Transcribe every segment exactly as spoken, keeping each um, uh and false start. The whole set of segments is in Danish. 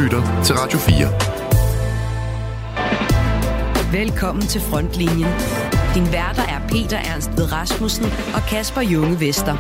lytter til Radio fire. Velkommen til Frontlinjen. Din værter er Peter Ernst Ved Rasmussen og Kasper Junge Vester.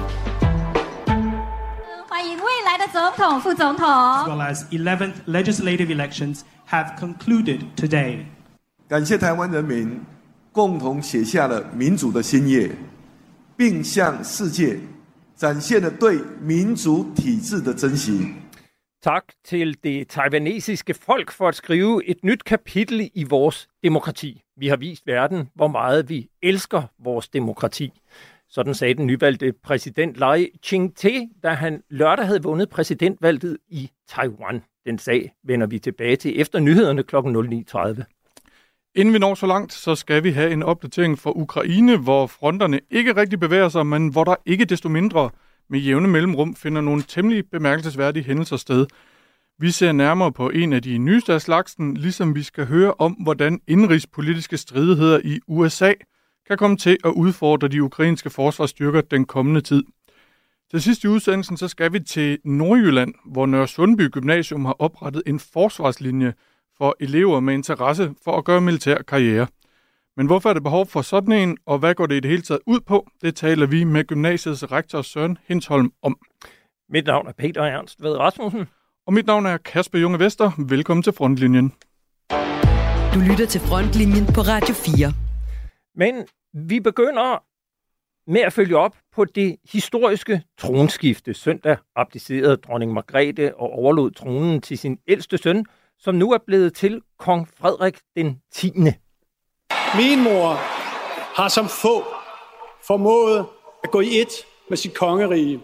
As well as eleventh legislative elections have concluded today. 感谢台湾人民共同写下了民主的新页，并向世界展现了对民主体制的珍惜。 Tak til det taiwanesiske folk for at skrive et nyt kapitel i vores demokrati. Vi har vist verden, hvor meget vi elsker vores demokrati. Sådan sagde den nyvalgte præsident Lai Ching-te, da han lørdag havde vundet præsidentvalget i Taiwan. Den sag vender vi tilbage til efter nyhederne kl. nul ni tredive. Inden vi når så langt, så skal vi have en opdatering fra Ukraine, hvor fronterne ikke rigtig bevæger sig, men hvor der ikke desto mindre med jævne mellemrum finder nogle temmelig bemærkelsesværdige hændelser sted. Vi ser nærmere på en af de nyeste af slagsen, ligesom vi skal høre om, hvordan indrigspolitiske stridigheder i U S A kan komme til at udfordre de ukrainske forsvarsstyrker den kommende tid. Til sidst i udsendelsen så skal vi til Nordjylland, hvor Nørresundby Gymnasium har oprettet en forsvarslinje for elever med interesse for at gøre militær karriere. Men hvorfor er det behov for sådan en, og hvad går det i det hele taget ud på? Det taler vi med gymnasiets rektor Søren Hindsholm om. Mit navn er Peter Ernst Ved Rasmussen. Og mit navn er Kasper Junge Vester. Velkommen til Frontlinjen. Du lytter til Frontlinjen på Radio fire. Men vi begynder med at følge op på det historiske tronskifte. Søndag abdicerede dronning Margrethe og overlod tronen til sin ældste søn, som nu er blevet til kong Frederik den tiende. Min mor har som få formået at gå i ét med sit kongerige.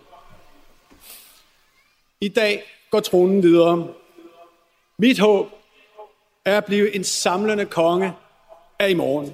I dag går tronen videre. Mit håb er at blive en samlende konge af i morgen.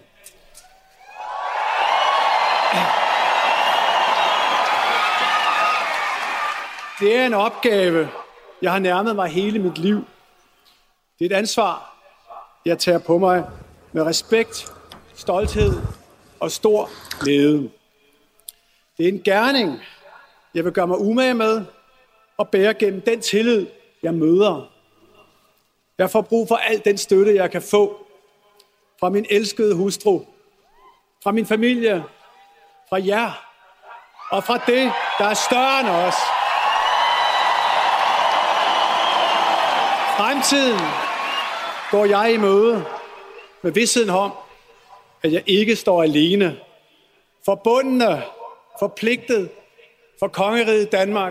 Det er en opgave, jeg har nærmet mig hele mit liv. Det er et ansvar, jeg tager på mig med respekt, stolthed og stor glæde. Det er en gerning, jeg vil gøre mig umage med og bære gennem den tillid, jeg møder. Jeg får brug for al den støtte, jeg kan få fra min elskede hustru, fra min familie, fra jer og fra det, der er større end os. Fremtiden går jeg i møde med vidstheden om, at jeg ikke står alene. Forbundne, forpligtet for kongeriget Danmark.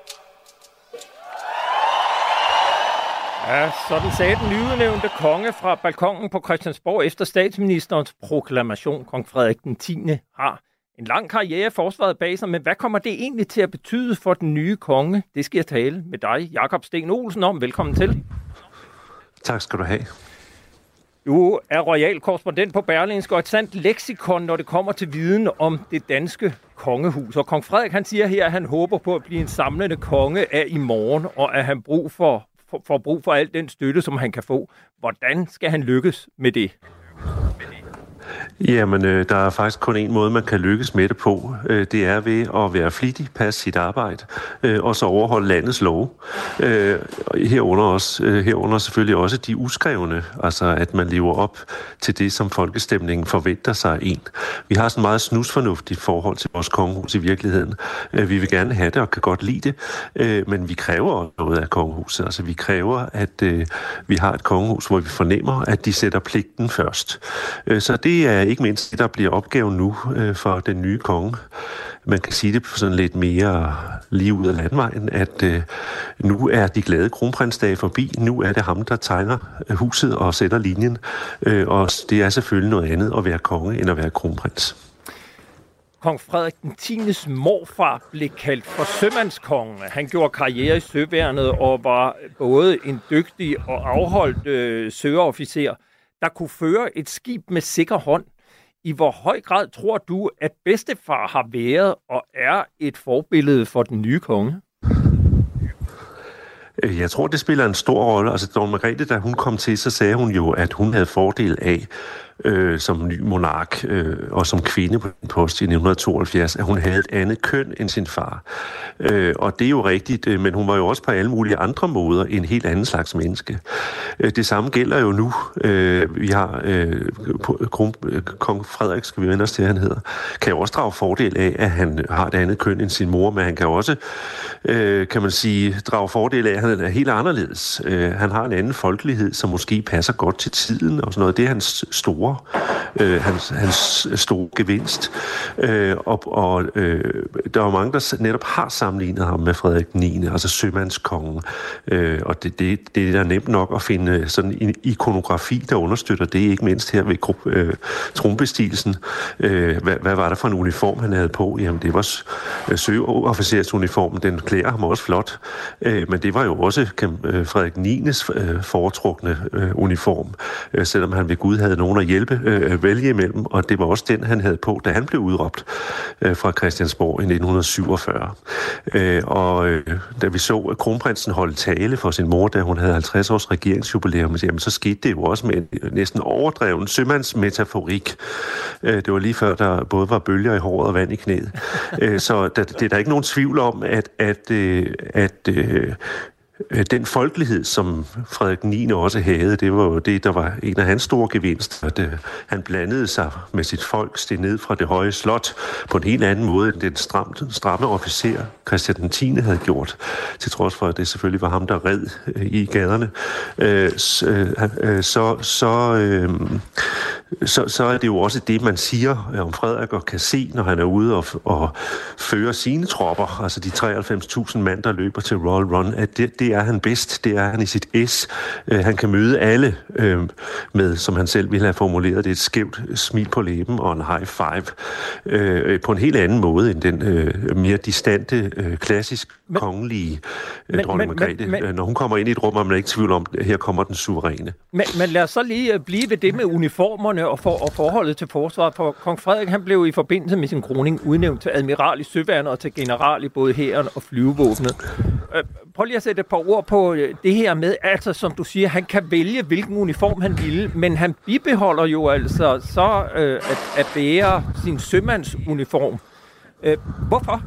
Ja, sådan sagde den nyudnævnte konge fra balkongen på Christiansborg efter statsministerens proklamation. Kong Frederik den tiende har en lang karriere i forsvaret bag sig, men hvad kommer det egentlig til at betyde for den nye konge? Det skal jeg tale med dig, Jakob Sten Olsen, om. Velkommen til. Tak skal du have. Du er royal korrespondent på Berlingske og et sandt leksikon, når det kommer til viden om det danske kongehus. Og kong Frederik, han siger her, at han håber på at blive en samlende konge af i morgen, og at han brug for, for, for brug for al den støtte, som han kan få. Hvordan skal han lykkes med det? Jamen, øh, der er faktisk kun en måde, man kan lykkes med det på. Øh, det er ved at være flittig, passe sit arbejde, øh, og så overholde landets love. Øh, herunder, også, øh, herunder selvfølgelig også de uskrevne, altså at man lever op til det, som folkestemningen forventer sig af en. Vi har sådan meget snusfornuftigt forhold til vores kongehus i virkeligheden. Øh, vi vil gerne have det og kan godt lide det, øh, men vi kræver noget af kongehuset. Altså vi kræver, at øh, vi har et kongehus, hvor vi fornemmer, at de sætter pligten først. Øh, så det er ikke mindst det, der bliver opgaven nu øh, for den nye konge. Man kan sige det på sådan lidt mere lige ud af landvejen, at øh, nu er de glade kronprinsdage forbi. Nu er det ham, der tegner huset og sætter linjen. Øh, og det er selvfølgelig noget andet at være konge, end at være kronprins. Kong Frederik den tiendes morfar blev kaldt for sømandskongen. Han gjorde karriere i søværnet og var både en dygtig og afholdt øh, søofficer, der kunne føre et skib med sikker hånd. I hvor høj grad tror du, at bedstefar har været og er et forbillede for den nye konge? Jeg tror, det spiller en stor rolle. Altså, dronning Margrethe, da hun kom til, så sagde hun jo, at hun havde fordel af øh, som ny monark øh, og som kvinde på den post i nitten tooghalvfjerds, at hun havde et andet køn end sin far. Øh, og det er jo rigtigt, øh, men hun var jo også på alle mulige andre måder en helt anden slags menneske. Øh, det samme gælder jo nu. Øh, vi har øh, kron, øh, kong Frederik, skal vi vende os til, han hedder, kan jo også drage fordel af, at han har et andet køn end sin mor, men han kan også, øh, kan man sige, drage fordel af, at han er helt anderledes. Øh, han har en anden folkelighed, som måske passer godt til tiden og sådan noget. Det er hans store, øh, hans, hans store gevinst. Øh, og og øh, der er jo mange, der netop har sammenlignet ham med Frederik den niende, altså sømandskongen. Øh, og det, det, det er da nemt nok at finde sådan en ikonografi, der understøtter det, ikke mindst her ved øh, tronbestigelsen. Øh, hvad, hvad var det for en uniform, han havde på? Jamen, det var søofficersuniformen. Den klæder ham også flot. Øh, men det var jo også kan, øh, Frederik den niendes øh, foretrukne øh, uniform, øh, selvom han ved Gud havde nogen at hjælpe, øh, vælge imellem, og det var også den, han havde på, da han blev udråbt øh, fra Christiansborg i nitten syvogfyrre. Øh, og øh, da vi så, at kronprinsen holdt tale for sin mor, da hun havde halvtreds års regeringsjubilæum, jamen, så skete det jo også med en næsten overdreven sømandsmetaforik. Øh, det var lige før, der både var bølger i håret og vand i knæet. øh, så der, det er der ikke nogen tvivl om, at, at, øh, at øh, den folkelighed, som Frederik den niende også havde, det var jo det, der var en af hans store gevinster. At, uh, han blandede sig med sit folk, steg ned fra det høje slot på en helt anden måde, end den stramme, stramme officer, Christian den tiende havde gjort, til trods for, at det selvfølgelig var ham, der red uh, i gaderne. Uh, så, uh, så, så, uh, så, så er det jo også det, man siger om Frederik og kan se, når han er ude og, og fører sine tropper, altså de treoghalvfems tusind mand, der løber til Royal Run, at det, det er han bedst, det er han i sit S. Uh, han kan møde alle uh, med, som han selv ville have formuleret det, et skævt smil på læben og en high five. Uh, på en helt anden måde end den uh, mere distante, uh, klassisk men, kongelige uh, dronning Margrethe. Når hun kommer ind i et rum, er man ikke tvivl om, at her kommer den suveræne. Men, men lad os så lige blive ved det med uniformerne og, for, og forholdet til forsvaret. For kong Frederik, han blev i forbindelse med sin kroning udnævnt til admiral i søværnet og til general i både hæren og flyvevåbnet. Uh, prøv lige at sætte et par ord på det her med, altså som du siger, han kan vælge, hvilken uniform han vil, men han bibeholder jo altså så øh, at, at bære sin sømandsuniform. Øh, hvorfor?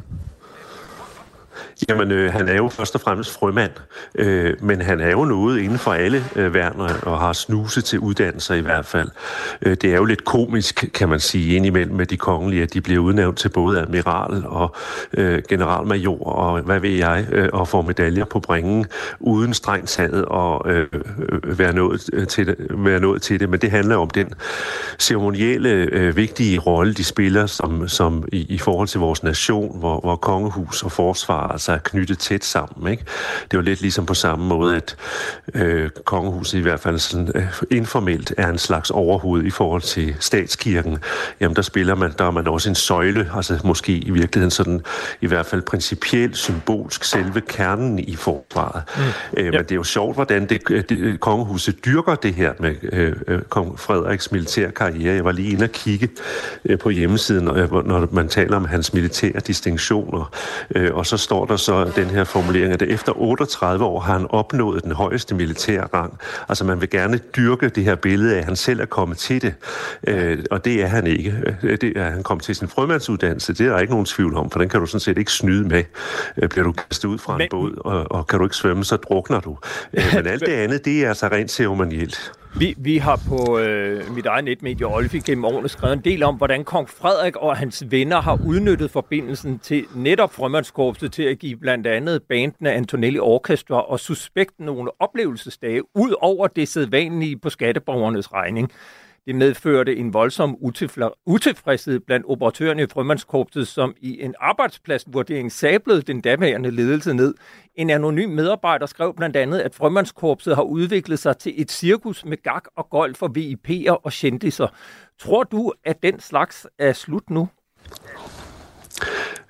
Jamen, øh, han er jo først og fremmest frømand, øh, men han er jo noget inden for alle øh, værner og har snuset til uddannelser i hvert fald. Øh, det er jo lidt komisk, kan man sige, indimellem med de kongelige, at de bliver udnævnt til både admiral og øh, generalmajor og hvad ved jeg, øh, og får medaljer på bringen uden strengt taget og øh, være, nået til det, være nået til det. Men det handler om den ceremonielle øh, vigtige rolle, de spiller som, som i, i forhold til vores nation, hvor, hvor kongehus og forsvar altså er knyttet tæt sammen, ikke? Det er jo lidt ligesom på samme måde, at øh, kongehuset i hvert fald sådan, øh, informelt er en slags overhoved i forhold til statskirken. Jamen, der spiller man, der er man også en søjle, altså måske i virkeligheden sådan, i hvert fald principielt, symbolsk, selve kernen i forsvaret. Mm. Øh, men det er jo sjovt, hvordan det, det, kongehuset dyrker det her med øh, kong Frederiks militære karriere. Jeg var lige inde og kigge øh, på hjemmesiden, øh, når man taler om hans militære distinktioner, øh, og så står der så den her formulering, at efter otteogtredive år har han opnået den højeste militære rang. Altså man vil gerne dyrke det her billede af, at han selv er kommet til det, øh, og det er han ikke. Det er, han kommet til sin frømandsuddannelse, det er der ikke nogen tvivl om, for den kan du sådan set ikke snyde med. Øh, bliver du kastet ud fra en Men... båd, og, og kan du ikke svømme, så drukner du. Øh, men alt det andet, det er altså rent ceremonielt. Vi, vi har på øh, mit eget netmedie Olfi gennem årene skrevet en del om, hvordan kong Frederik og hans venner har udnyttet forbindelsen til netop frømandskorpset til at give blandt andet bandene Antonelli Orchestra og Suspekt nogle oplevelsesdage ud over det sædvanlige på skatteborgernes regning. Det medførte en voldsom utilfredshed blandt operatørerne i frømandskorpset, som i en arbejdspladsvurdering sablede den daværende ledelse ned. En anonym medarbejder skrev blandt andet, at frømandskorpset har udviklet sig til et cirkus med gak og gøjl for V I P'er og kendisser. Tror du, at den slags er slut nu?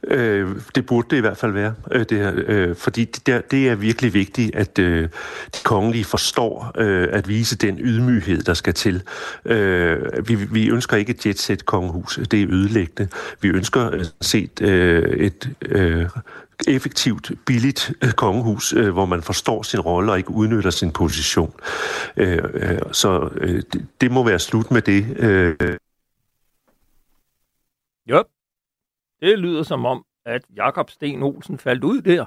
Øh, det burde det i hvert fald være, øh, det her, øh, fordi det, det er virkelig vigtigt, at øh, de kongelige forstår øh, at vise den ydmyghed, der skal til. Øh, vi, vi ønsker ikke et jetset-kongehus, det er ødelæggende. Vi ønsker øh, set øh, et øh, effektivt, billigt øh, kongehus, øh, hvor man forstår sin rolle og ikke udnytter sin position. Øh, øh, så øh, det, det må være slut med det. Øh. Jo. Det lyder som om, at Jakob Sten Olsen faldt ud der.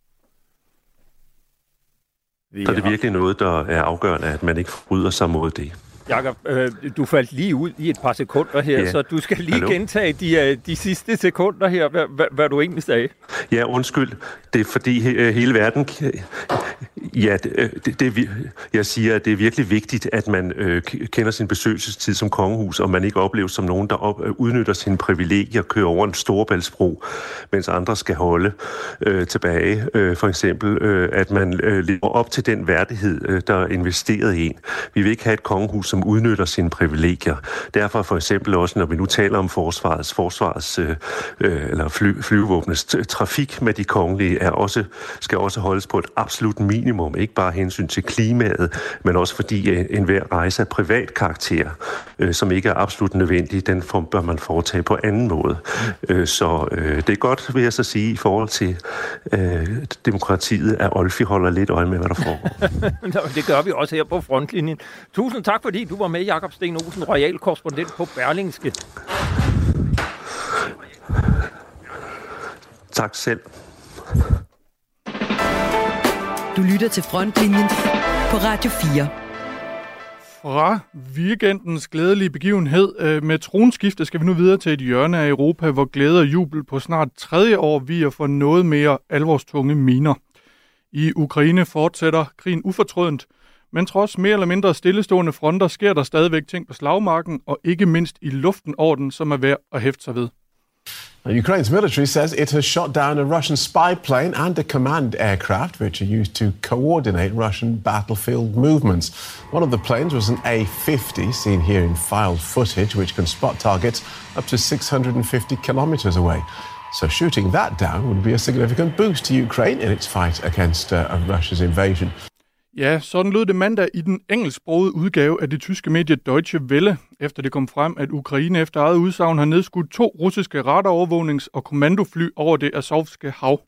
Vi så er det har... virkelig noget, der er afgørende, at man ikke bryder sig mod det. Jakob, øh, du faldt lige ud i et par sekunder her, ja. Så du skal lige Hallo? gentage de, de sidste sekunder her, hvad, hvad, hvad du egentlig sagde. Ja, undskyld. Det er fordi he, hele verden... Ja, det, det, det, jeg siger, at det er virkelig vigtigt, at man øh, kender sin besøgelsestid som kongehus, og man ikke opleves som nogen, der op, øh, udnytter sine privilegier og kører over en storebæltsbro, mens andre skal holde øh, tilbage. Øh, for eksempel, øh, at man øh, lever op til den værdighed, øh, der er investeret i en. Vi vil ikke have et kongehus, som udnytter sine privilegier. Derfor for eksempel også, når vi nu taler om forsvarets, forsvarets øh, øh, eller fly, flyvevåbnets trafik med de kongelige, er også, skal også holdes på et absolut minimum. Ikke bare hensyn til klimaet, men også fordi enhver rejse af privat karakter, øh, som ikke er absolut nødvendig, den form bør man foretage på anden måde. Mm. Øh, så øh, det er godt, vil jeg så sige, i forhold til øh, demokratiet, at Olfi holder lidt øje med, hvad der foregår. Det gør vi også her på frontlinjen. Tusind tak, fordi du var med, Jakob Sten Olsen, royal korrespondent på Berlingske. Tak selv. Du lytter til Frontlinjen på Radio fire. Fra weekendens glædelige begivenhed med tronskifte skal vi nu videre til et hjørne af Europa, hvor glæde og jubel på snart tredje år viger for noget mere alvorstunge miner. I Ukraine fortsætter krigen ufortrødent, men trods mere eller mindre stillestående fronter sker der stadigvæk ting på slagmarken og ikke mindst i luften over den, som er værd at hæfte sig ved. Ukraine's military says it has shot down a Russian spy plane and a command aircraft which are used to coordinate Russian battlefield movements. One of the planes was an A fifty, seen here in filed footage, which can spot targets up to six hundred fifty kilometers away. So shooting that down would be a significant boost to Ukraine in its fight against uh, Russia's invasion. Ja, sådan lød det mandag i den engelsksprogede udgave af det tyske medie Deutsche Welle, efter det kom frem, at Ukraine efter eget udsagn har nedskudt to russiske radarovervågnings- og kommandofly over det Azovske hav.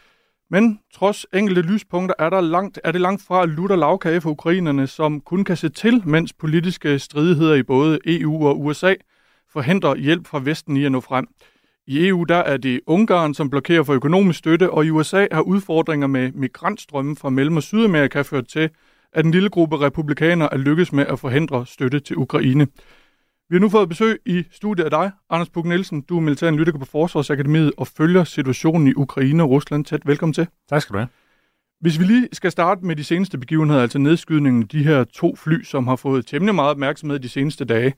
Men trods enkelte lyspunkter er, der langt, er det langt fra lutter lavkage for ukrainerne, som kun kan se til, mens politiske stridigheder i både E U og U S A forhindrer hjælp fra Vesten i at nå frem. I E U der er det Ungarn, som blokerer for økonomisk støtte, og i U S A har udfordringer med migrantstrømme fra Mellem- og Sydamerika ført til, at en lille gruppe republikanere er lykkes med at forhindre støtte til Ukraine. Vi har nu fået besøg i studiet af dig, Anders Puk Nielsen. Du er militæranalytiker på Forsvarsakademiet og følger situationen i Ukraine og Rusland tæt. Velkommen til. Tak skal du have. Hvis vi lige skal starte med de seneste begivenheder, altså nedskydningen af de her to fly, som har fået temmelig meget opmærksomhed de seneste dage.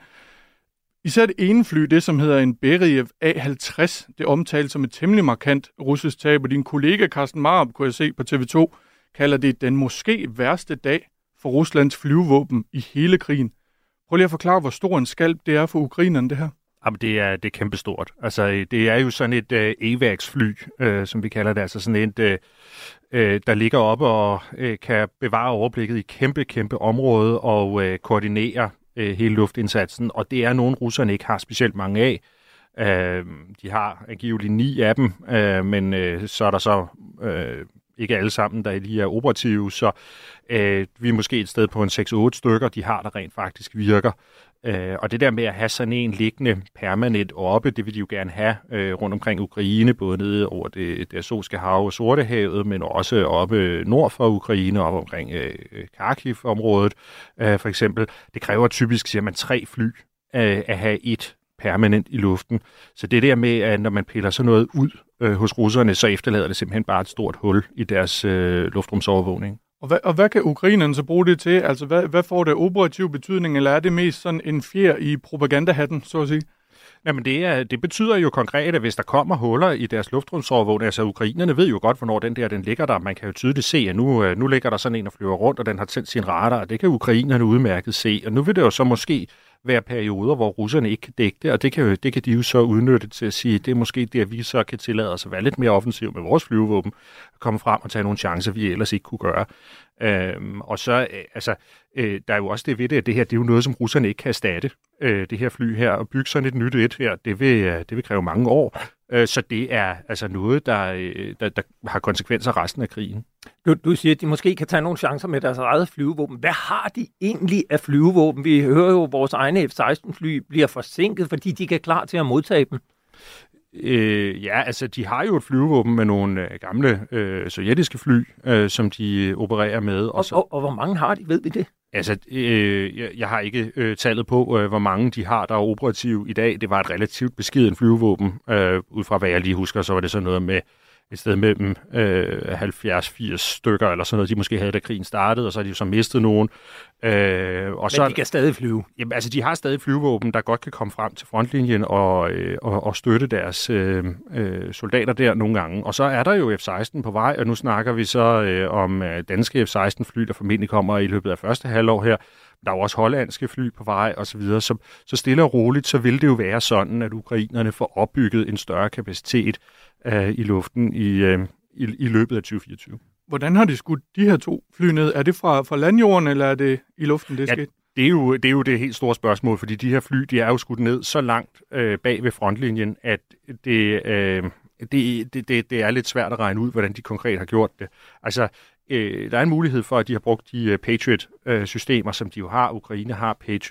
Især det ene fly, det som hedder en Beriev A halvtreds, det omtales som et temmelig markant russisk tab, og din kollega Carsten Marup, kunne jeg se på T V to, kalder det den måske værste dag for Ruslands flyvevåben i hele krigen. Prøv lige at forklare, hvor stor en skalp det er for ukrainerne, det her. Jamen, det er, det er kæmpestort. Altså, det er jo sådan et uh, AVAX-fly, uh, som vi kalder det. Altså sådan et, uh, uh, der ligger oppe og uh, kan bevare overblikket i kæmpe, kæmpe område og uh, koordinere uh, hele luftindsatsen. Og det er nogle, russerne ikke har specielt mange af. Uh, de har angiveligt ni af dem, uh, men uh, så er der så... Uh, ikke alle sammen, der lige er operative, så øh, vi er måske et sted på en seks otte stykker, de har, der rent faktisk virker. Øh, og det der med at have sådan en liggende permanent oppe, det vil de jo gerne have øh, rundt omkring Ukraine, både nede over det, det Azovske hav og Sortehavet, men også oppe nord for Ukraine, op omkring øh, Kharkiv-området øh, for eksempel. Det kræver typisk, siger man, tre fly øh, at have et permanent i luften. Så det der med, at når man piller sådan noget ud øh, hos russerne, så efterlader det simpelthen bare et stort hul i deres øh, luftrumsovervågning. Og hvad, og hvad kan ukrainerne så bruge det til? Altså, hvad, hvad får det operativ betydning, eller er det mest sådan en fjer i propagandahatten, så at sige? Jamen, det, er, det betyder jo konkret, at hvis der kommer huller i deres luftrumsovervågning, altså ukrainerne ved jo godt, hvornår den der den ligger der. Man kan jo tydeligt se, at nu, nu ligger der sådan en, der flyver rundt, og den har tændt sin radar, og det kan ukrainerne udmærket se. Og nu vil det jo så måske være perioder, hvor russerne ikke kan dække det, og det kan, jo, det kan de jo så udnytte til at sige, det er måske det, at vi så kan tillade os at være lidt mere offensiv med vores flyvevåben, komme frem og tage nogle chancer, vi ellers ikke kunne gøre. Øhm, og så, øh, altså, øh, der er jo også det ved det, at det her, det er jo noget, som russerne ikke kan erstatte, øh, det her fly her, og bygge sådan et nyt et her, det vil, det vil kræve mange år. Øh, så det er altså noget, der, der, der har konsekvenser resten af krigen. Du, du siger, at de måske kan tage nogle chancer med deres eget flyvevåben. Hvad har de egentlig af flyvevåben? Vi hører jo, at vores egne F seksten fly bliver forsinket, fordi de ikke er klar til at modtage dem. Øh, ja, altså de har jo et flyvevåben med nogle øh, gamle øh, sovjetiske fly, øh, som de øh, opererer med. Og, og, så, og, og hvor mange har de, ved vi det? Altså, øh, jeg, jeg har ikke øh, tallet på, øh, hvor mange de har, der er operative i dag. Det var et relativt beskeden flyvevåben. Øh, ud fra hvad jeg lige husker, så var det sådan noget med et sted mellem øh, halvfjerds til firs stykker, eller sådan noget, de måske havde, da krigen startede, og så har de jo så mistet nogen. Øh, og Men så, de kan stadig flyve? Jamen, altså, de har stadig flyvevåben, der godt kan komme frem til frontlinjen og, øh, og, og støtte deres øh, øh, soldater der nogle gange. Og så er der jo F seksten på vej, og nu snakker vi så øh, om øh, danske F seksten fly, der formentlig kommer i løbet af første halvår her. Der er jo også hollandske fly på vej og så videre. Så, så stille og roligt, så vil det jo være sådan, at ukrainerne får opbygget en større kapacitet øh, i luften i, øh, i, i løbet af tyve fireogtyve. Hvordan har de skudt de her to fly ned? Er det fra, fra landjorden, eller er det i luften, det er ja, sket? Det er, jo, det er jo det helt store spørgsmål, fordi de her fly, de er jo skudt ned så langt øh, bag ved frontlinjen, at det, øh, det, det, det, det er lidt svært at regne ud, hvordan de konkret har gjort det. Altså, øh, der er en mulighed for, at de har brugt de uh, Patriot-systemer, som de jo har. Ukraine har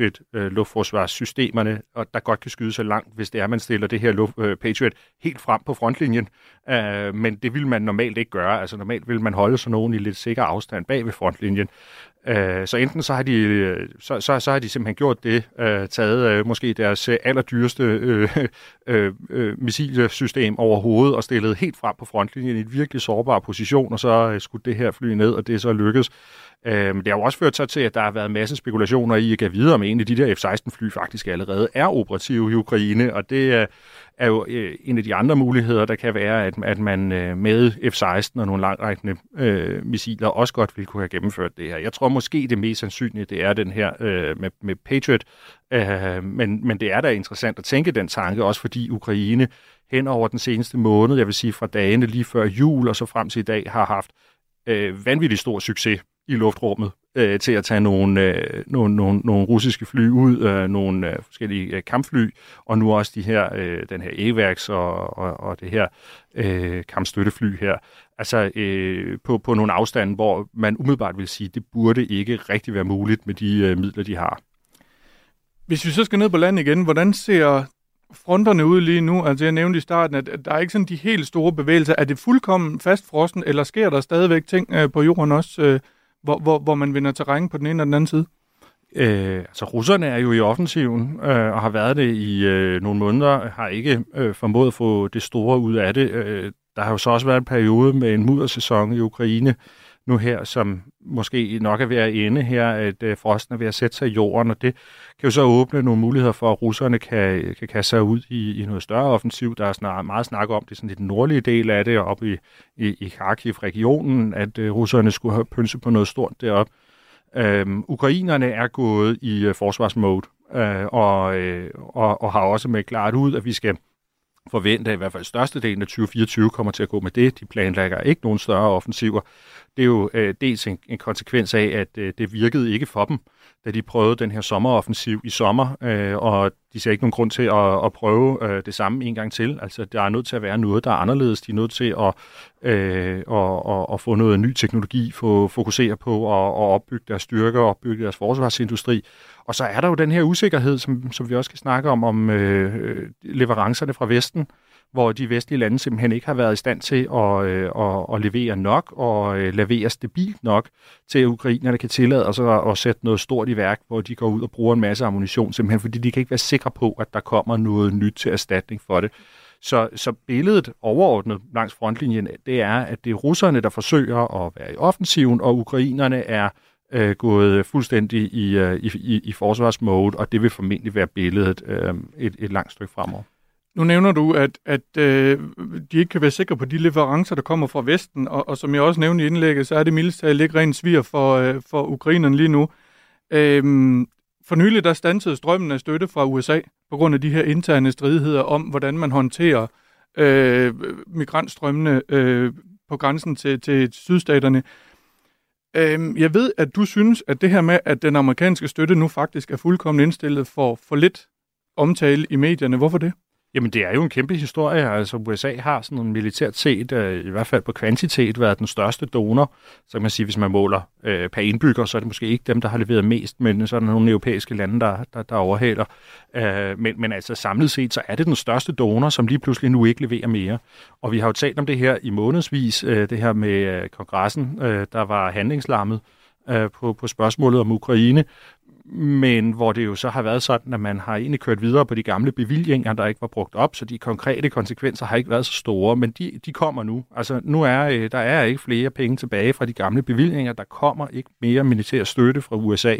Patriot-luftforsvarssystemerne, og der godt kan skyde så langt, hvis det er, man stiller det her luft, uh, Patriot helt frem på frontlinjen. Uh, men det vil man normalt ikke gøre. Altså normalt vil man holde sådan nogen i lidt sikker afstand bag ved frontlinjen. Uh, så enten så har de så, så, så har de simpelthen gjort det, uh, taget uh, måske deres uh, allerdyreste uh, uh, uh, missilsystem overhovedet og stillet helt frem på frontlinjen i en virkelig sårbar position, og så uh, skudt det her fly ned, og det er så lykkes. Uh, det har jo også ført sig til, at der har været en masse spekulationer i at gå videre om en af de der F seksten fly faktisk allerede er operative i Ukraine, og det uh, er jo uh, en af de andre muligheder, der kan være, at, at man uh, med F seksten og nogle langrækkende uh, missiler også godt ville kunne have gennemført det her. Jeg tror måske det mest sandsynlige, det er den her øh, med, med Patriot, øh, men, men det er da interessant at tænke den tanke, også fordi Ukraine hen over den seneste måned, jeg vil sige fra dagene lige før jul og så frem til i dag, har haft øh, vanvittig stor succes i luftrummet øh, til at tage nogle, øh, nogle, nogle, nogle russiske fly ud, øh, nogle øh, forskellige øh, kampfly, og nu også de her, øh, den her A VAX og, og, og det her øh, kampstøttefly her. Altså øh, på, på nogle afstande, hvor man umiddelbart vil sige, det burde ikke rigtig være muligt med de øh, midler, de har. Hvis vi så skal ned på land igen, hvordan ser fronterne ud lige nu? Altså jeg nævnte i starten, at der er ikke sådan de helt store bevægelser. Er det fuldkommen fastfrossen, eller sker der stadigvæk ting øh, på jorden også, øh, hvor, hvor, hvor man vinder terræn på den ene og den anden side? Øh, altså russerne er jo i offensiven øh, og har været det i øh, nogle måneder, har ikke øh, formået at få det store ud af det. Øh, der har jo så også været en periode med en muddersæson i Ukraine nu her, som måske nok er ved at ende her, at øh, frosten er ved at sætte sig i jorden, og det kan jo så åbne nogle muligheder for, at russerne kan, kan kaste sig ud i, i noget større offensiv. Der er snart meget snak om det, sådan i den nordlige del af det, op i, i, i Kharkiv-regionen, at øh, russerne skulle have pønse på noget stort deroppe. Øhm, ukrainerne er gået i øh, forsvarsmode, øh, og, øh, og, og har også med klart ud, at vi skal forvente, at i hvert fald størstedelen af tyve fireogtyve kommer til at gå med det. De planlægger ikke nogen større offensiver. Det er jo øh, dels en, en konsekvens af, at øh, det virkede ikke for dem, da de prøvede den her sommeroffensiv i sommer, øh, og de ser ikke nogen grund til at, at prøve øh, det samme en gang til. Altså, der er nødt til at være noget, der er anderledes. De er nødt til at, øh, at, at, at få noget ny teknologi, få fokusere på at, at opbygge deres styrker, opbygge deres forsvarsindustri. Og så er der jo den her usikkerhed, som, som vi også skal snakke om, om øh, leverancerne fra Vesten, hvor de vestlige lande simpelthen ikke har været i stand til at, øh, at, at levere nok og øh, levere stabilt nok til, at ukrainerne kan tillade sig at, at sætte noget stort i værk, hvor de går ud og bruger en masse ammunition, simpelthen fordi de kan ikke være sikre på, at der kommer noget nyt til erstatning for det. Så, så billedet overordnet langs frontlinjen, det er, at det er russerne, der forsøger at være i offensiven, og ukrainerne er øh, gået fuldstændig i, øh, i, i, i forsvarsmode, og det vil formentlig være billedet øh, et, et langt stykke fremover. Nu nævner du, at, at øh, de ikke kan være sikre på de leverancer, der kommer fra Vesten, og, og som jeg også nævnte i indlægget, så er det mildest talt ikke rent svir for, øh, for ukrainerne lige nu. Øhm, For nylig der standsede strømmen af støtte fra U S A på grund af de her interne stridigheder om, hvordan man håndterer øh, migrantstrømmene øh, på grænsen til, til sydstaterne. Øh, jeg ved, at du synes, at det her med, at den amerikanske støtte nu faktisk er fuldkommen indstillet for for lidt omtale i medierne. Hvorfor det? Jamen, det er jo en kæmpe historie. Altså, U S A har sådan en militært set, øh, i hvert fald på kvantitet, været den største donor. Så kan man sige, hvis man måler øh, per indbygger, så er det måske ikke dem, der har leveret mest, men så er der nogle europæiske lande, der, der, der overhaler. Øh, men, men altså samlet set, så er det den største donor, som lige pludselig nu ikke leverer mere. Og vi har jo talt om det her i månedsvis, øh, det her med øh, kongressen, øh, der var handlingslammet øh, på, på spørgsmålet om Ukraine. Men hvor det jo så har været sådan, at man har egentlig kørt videre på de gamle bevillinger, der ikke var brugt op, så de konkrete konsekvenser har ikke været så store, men de, de kommer nu. Altså nu er der er ikke flere penge tilbage fra de gamle bevillinger, der kommer ikke mere militær støtte fra U S A,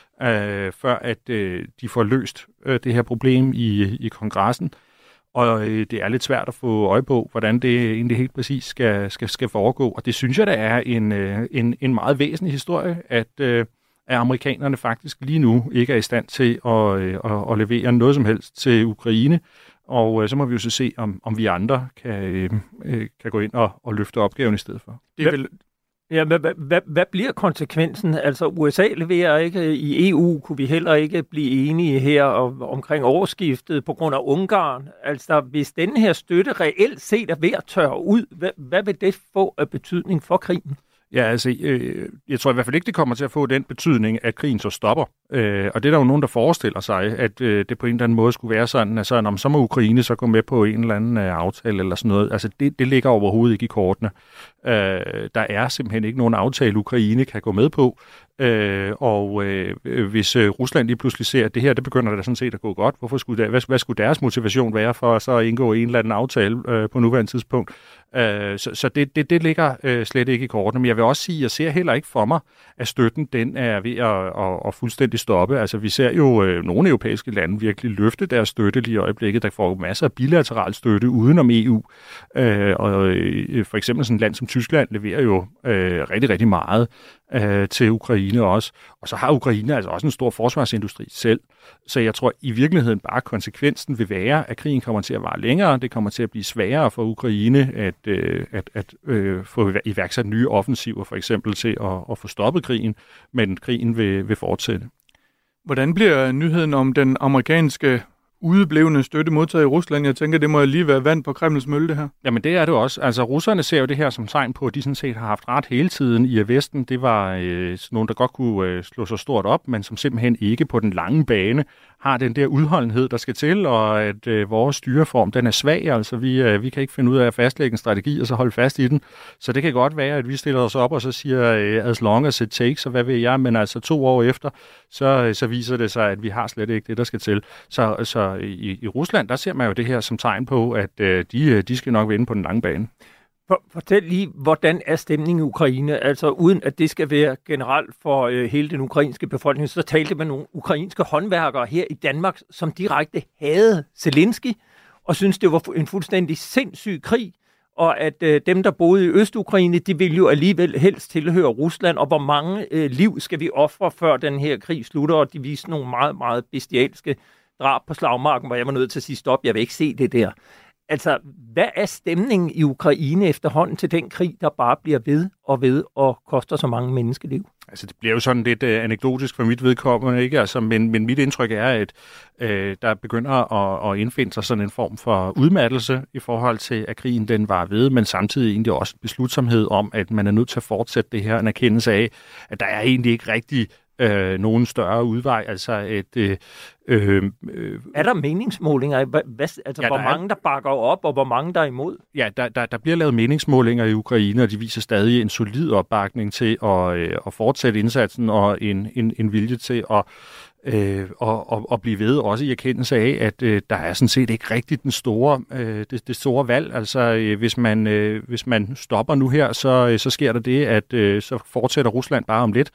øh, før at øh, de får løst øh, det her problem i, i kongressen. Og øh, det er lidt svært at få øje på, hvordan det egentlig helt præcis skal, skal, skal foregå. Og det synes jeg, der er en, øh, en, en meget væsentlig historie, at øh, at amerikanerne faktisk lige nu ikke er i stand til at, øh, at, at levere noget som helst til Ukraine. Og øh, så må vi jo så se, om, om vi andre kan, øh, kan gå ind og, og løfte opgaven i stedet for. Det er vel... Ja, hvad, hvad, hvad bliver konsekvensen? Altså U S A leverer ikke, i E U kunne vi heller ikke blive enige her om, omkring årsskiftet på grund af Ungarn. Altså hvis denne her støtte reelt set er ved at tørre ud, hvad, hvad vil det få af betydning for krigen? Ja, altså, øh, jeg tror i hvert fald ikke, det kommer til at få den betydning, at krigen så stopper. Øh, og det er der jo nogen, der forestiller sig, at øh, det på en eller anden måde skulle være sådan, at sådan, om så må Ukraine så gå med på en eller anden øh, aftale eller sådan noget. Altså, det, det ligger overhovedet ikke i kortene. Øh, der er simpelthen ikke nogen aftale, Ukraine kan gå med på. Øh, og øh, hvis øh, Rusland lige pludselig ser, at det her, det begynder da sådan set at gå godt, hvorfor skulle der, hvad, hvad skulle deres motivation være for så at indgå en eller anden aftale øh, på nuværende tidspunkt? Øh, så så det, det, det ligger øh, slet ikke i kortene. Men jeg vil også sige, at jeg ser heller ikke for mig, at støtten den er ved at, at, at fuldstændig stoppe. Altså vi ser jo øh, nogle europæiske lande virkelig løfte deres støtte lige i øjeblikket. Der får masser af bilateral støtte udenom E U. Øh, og øh, for eksempel sådan et land som Tyskland leverer jo øh, rigtig, rigtig meget øh, til Ukraine også. Og så har Ukraine altså også en stor forsvarsindustri selv. Så jeg tror i virkeligheden bare, at konsekvensen vil være, at krigen kommer til at vare længere. Det kommer til at blive sværere for Ukraine at, øh, at, at øh, få iværksat nye offensiver, for eksempel til at, at få stoppet krigen, men krigen vil, vil fortsætte. Hvordan bliver nyheden om den amerikanske udeblevende støtte modtaget i Rusland? Jeg tænker, det må lige være vand på Kremls mølle, det her. Jamen det er det også. Altså russerne ser jo det her som tegn på, at de sådan set har haft ret hele tiden i Vesten. Det var øh, nogen, der godt kunne øh, slå sig stort op, men som simpelthen ikke på den lange bane har den der udholdenhed, der skal til, og at øh, vores styreform, den er svag. Altså vi, øh, vi kan ikke finde ud af at fastlægge en strategi og så holde fast i den. Så det kan godt være, at vi stiller os op og så siger, øh, as long as it takes, og hvad ved jeg, men altså to år efter, så, øh, så viser det sig, at vi har slet ikke det, der skal til. Så, så i, i Rusland, der ser man jo det her som tegn på, at øh, de, de skal nok vinde på den lange bane. Fortæl lige, hvordan er stemningen i Ukraine? Altså uden at det skal være generelt for øh, hele den ukrainske befolkning, så talte man nogle ukrainske håndværkere her i Danmark, som direkte hadede Zelensky, og synes det var en fuldstændig sindssyg krig, og at øh, dem, der boede i Øst-Ukraine, de ville jo alligevel helst tilhøre Rusland, og hvor mange øh, liv skal vi ofre, før den her krig slutter, og de viste nogle meget, meget bestialske drab på slagmarken, hvor jeg var nødt til at sige stop, jeg vil ikke se det der. Altså, hvad er stemningen i Ukraine efterhånden til den krig, der bare bliver ved og ved og koster så mange menneskeliv? Altså, det bliver jo sådan lidt uh, anekdotisk for mit vedkommende, ikke? Altså, men, men mit indtryk er, at uh, der begynder at, at indfinde sig sådan en form for udmattelse i forhold til, at krigen den var ved, men samtidig egentlig også beslutsomhed om, at man er nødt til at fortsætte det her, en erkendelse af, at der er egentlig ikke rigtig Øh, nogen større udvej, altså et... Øh, øh, øh, er der meningsmålinger? Hvad, altså, ja, hvor mange, er, der bakker op, og hvor mange, der er imod? Ja, der, der, der bliver lavet meningsmålinger i Ukraine, og de viser stadig en solid opbakning til at, øh, at fortsætte indsatsen, og en, en, en vilje til at Øh, og, og, og blive ved også i erkendelse af, at øh, der er sådan set ikke rigtig den store, øh, det, det store valg. Altså øh, hvis, man, øh, hvis man stopper nu her, så, øh, så sker der det, at øh, så fortsætter Rusland bare om lidt.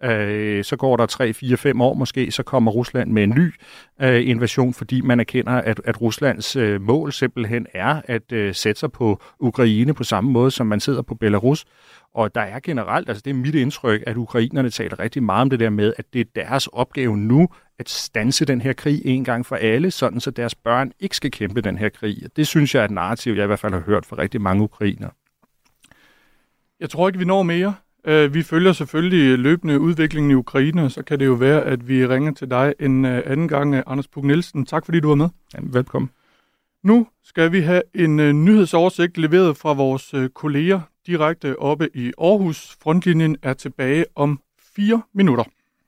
Øh, så går der tre, fire, fem år måske, så kommer Rusland med en ny øh, invasion, fordi man erkender, at, at Ruslands øh, mål simpelthen er at øh, sætte sig på Ukraine på samme måde, som man sidder på Belarus. Og der er generelt, altså det er mit indtryk, at ukrainerne taler rigtig meget om det der med, at det er deres opgave nu at standse den her krig en gang for alle, sådan så deres børn ikke skal kæmpe den her krig. Det synes jeg er et narrativ, jeg i hvert fald har hørt fra rigtig mange ukrainere. Jeg tror ikke, vi når mere. Vi følger selvfølgelig løbende udviklingen i Ukraine, så kan det jo være, at vi ringer til dig en anden gang, Anders Puk Nielsen. Tak fordi du var med. Jamen, velkommen. Nu skal vi have en uh, nyhedsoversigt leveret fra vores uh, kolleger direkte oppe i Aarhus. Frontlinjen er tilbage om fire minutter.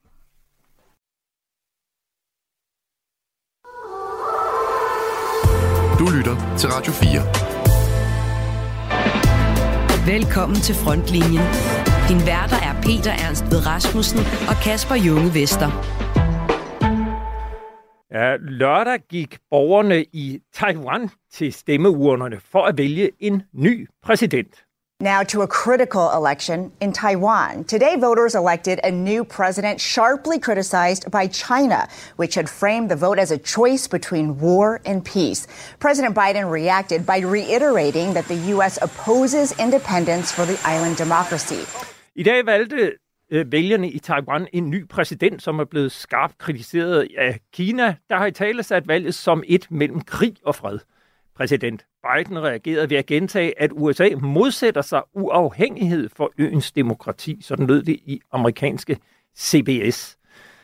Du lytter til Radio fire. Velkommen til Frontlinjen. Din værter er Peter Ernst Ved Rasmussen og Kasper Junge Vester. Ja, lørdag gik borgerne i Taiwan til stemmeurnerne for at vælge en ny præsident. Now to a critical election in Taiwan. Today, voters elected a new president sharply criticized by China, which had framed the vote as a choice between war and peace. President Biden reacted by reiterating that the U S opposes independence for the island democracy. I dag valgte øh, vælgerne i Taiwan en ny præsident, som er blevet skarpt kritiseret af Kina, der har i tale sat valget som et mellem krig og fred. Præsident Biden reagerede ved at gentage, at U S A modsætter sig uafhængighed for øens demokrati, sådan lød det i amerikanske C B S.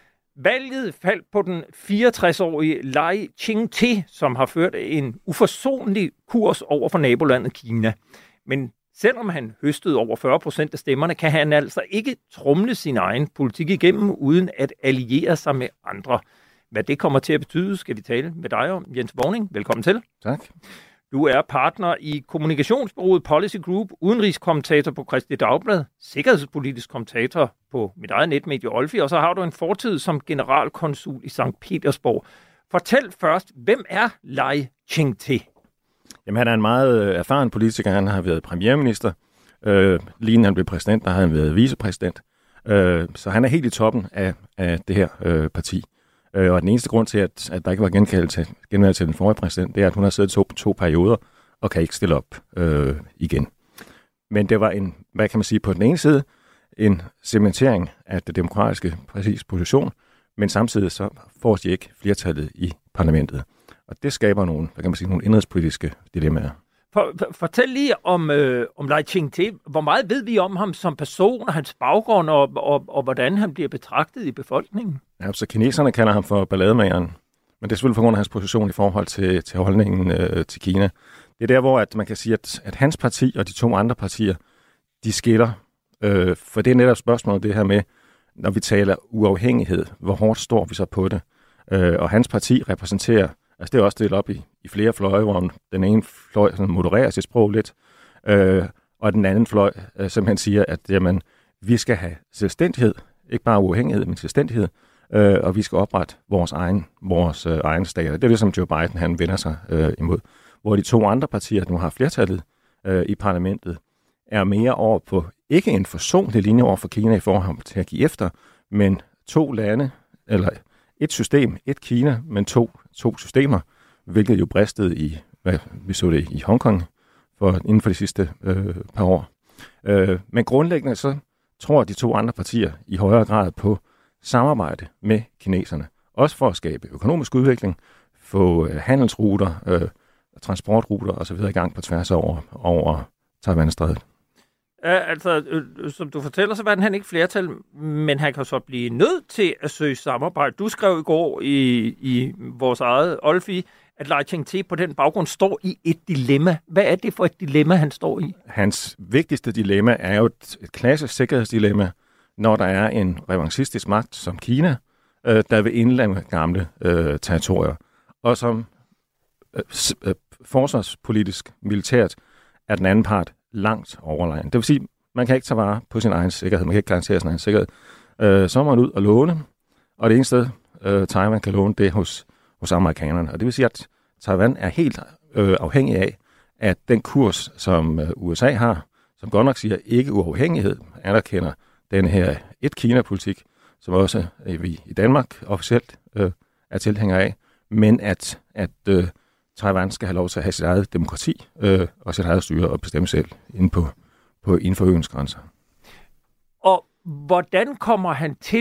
Valget faldt på den fireogtres-årige Lai Ching-te, som har ført en uforsonlig kurs over for nabolandet Kina. Men selvom han høstede over fyrre procent af stemmerne, kan han altså ikke tromle sin egen politik igennem, uden at alliere sig med andre. Hvad det kommer til at betyde, skal vi tale med dig om. Jens Vågning, velkommen til. Tak. Du er partner i kommunikationsbureauet Policy Group, udenrigskommentator på Kristeligt Dagblad, sikkerhedspolitisk kommentator på mit eget netmedie Olfi, og så har du en fortid som generalkonsul i Sankt Petersborg. Fortæl først, hvem er Lai Ching-te? Jamen, han er en meget erfaren politiker. Han har været premierminister. Øh, lige inden han blev præsident, der har han været vicepræsident. Øh, så han er helt i toppen af, af det her øh, parti. Øh, og den eneste grund til, at, at der ikke var genvalgt til, genvalgt til den forrige præsident, det er, at hun har siddet to, to perioder og kan ikke stille op øh, igen. Men det var en, hvad kan man sige, på den ene side, en cementering af det demokratiske præcis position, men samtidig så får de ikke flertallet i parlamentet. Og det skaber nogle, hvad kan man sige, nogle indrigspolitiske dilemmaer. For, for, fortæl lige om, øh, om Lai Ching-te. Hvor meget ved vi om ham som person og hans baggrund, og, og, og hvordan han bliver betragtet i befolkningen? Ja, så kineserne kalder ham for ballademageren, men det er selvfølgelig på grund af hans position i forhold til, til holdningen øh, til Kina. Det er der, hvor at man kan sige, at, at hans parti og de to andre partier, de skiller. Øh, for det er netop spørgsmålet det her med, når vi taler uafhængighed, hvor hårdt står vi så på det? Øh, og hans parti repræsenterer, altså det er også delt op i, i flere fløje, hvor den ene fløj sådan modererer sit sprog lidt, øh, og den anden fløj øh, simpelthen siger, at jamen, vi skal have selvstændighed, ikke bare uafhængighed, men selvstændighed, øh, og vi skal oprette vores egen, vores øh, egen stater. Det er det, som Joe Biden han vender sig øh, imod. Hvor de to andre partier, der nu har flertallet øh, i parlamentet, er mere over på ikke en forsonlig linje over for Kina i forhold til at give efter, men to lande, eller et system, et Kina, men to, to systemer, hvilket jo bristede i, hvad vi så det i Hongkong for, inden for de sidste øh, par år. Øh, men grundlæggende så tror de to andre partier i højere grad på samarbejde med kineserne. Også for at skabe økonomisk udvikling, få øh, handelsruter, øh, transportruter osv. i gang på tværs over, over Taiwan-strædet. Ja, altså, øh, som du fortæller, så var han ikke flertal, men han kan så blive nødt til at søge samarbejde. Du skrev i går i, i vores eget Olfi, at Lai Ching-te på den baggrund står i et dilemma. Hvad er det for et dilemma, han står i? Hans vigtigste dilemma er jo et, et klassisk sikkerhedsdilemma, når der er en revanchistisk magt som Kina, øh, der vil indlemme gamle øh, territorier, og som øh, øh, forsvarspolitisk, militært er den anden part langt overlegen. Det vil sige, man kan ikke tage vare på sin egen sikkerhed, man kan ikke garantere sin egen sikkerhed. Øh, så må man ud og låne, og det eneste sted, øh, Taiwan kan låne, det hos, hos amerikanerne. Og det vil sige, at Taiwan er helt øh, afhængig af, at den kurs, som øh, U S A har, som godt nok siger ikke uafhængighed, anerkender den her et-Kina-politik, som også øh, vi i Danmark officielt øh, er tilhængere af, men at, at øh, Taiwan skal have lov til at have sit eget demokrati øh, og sit eget styre og bestemme selv inden, på, på, inden for øens grænser. Og hvordan kommer han til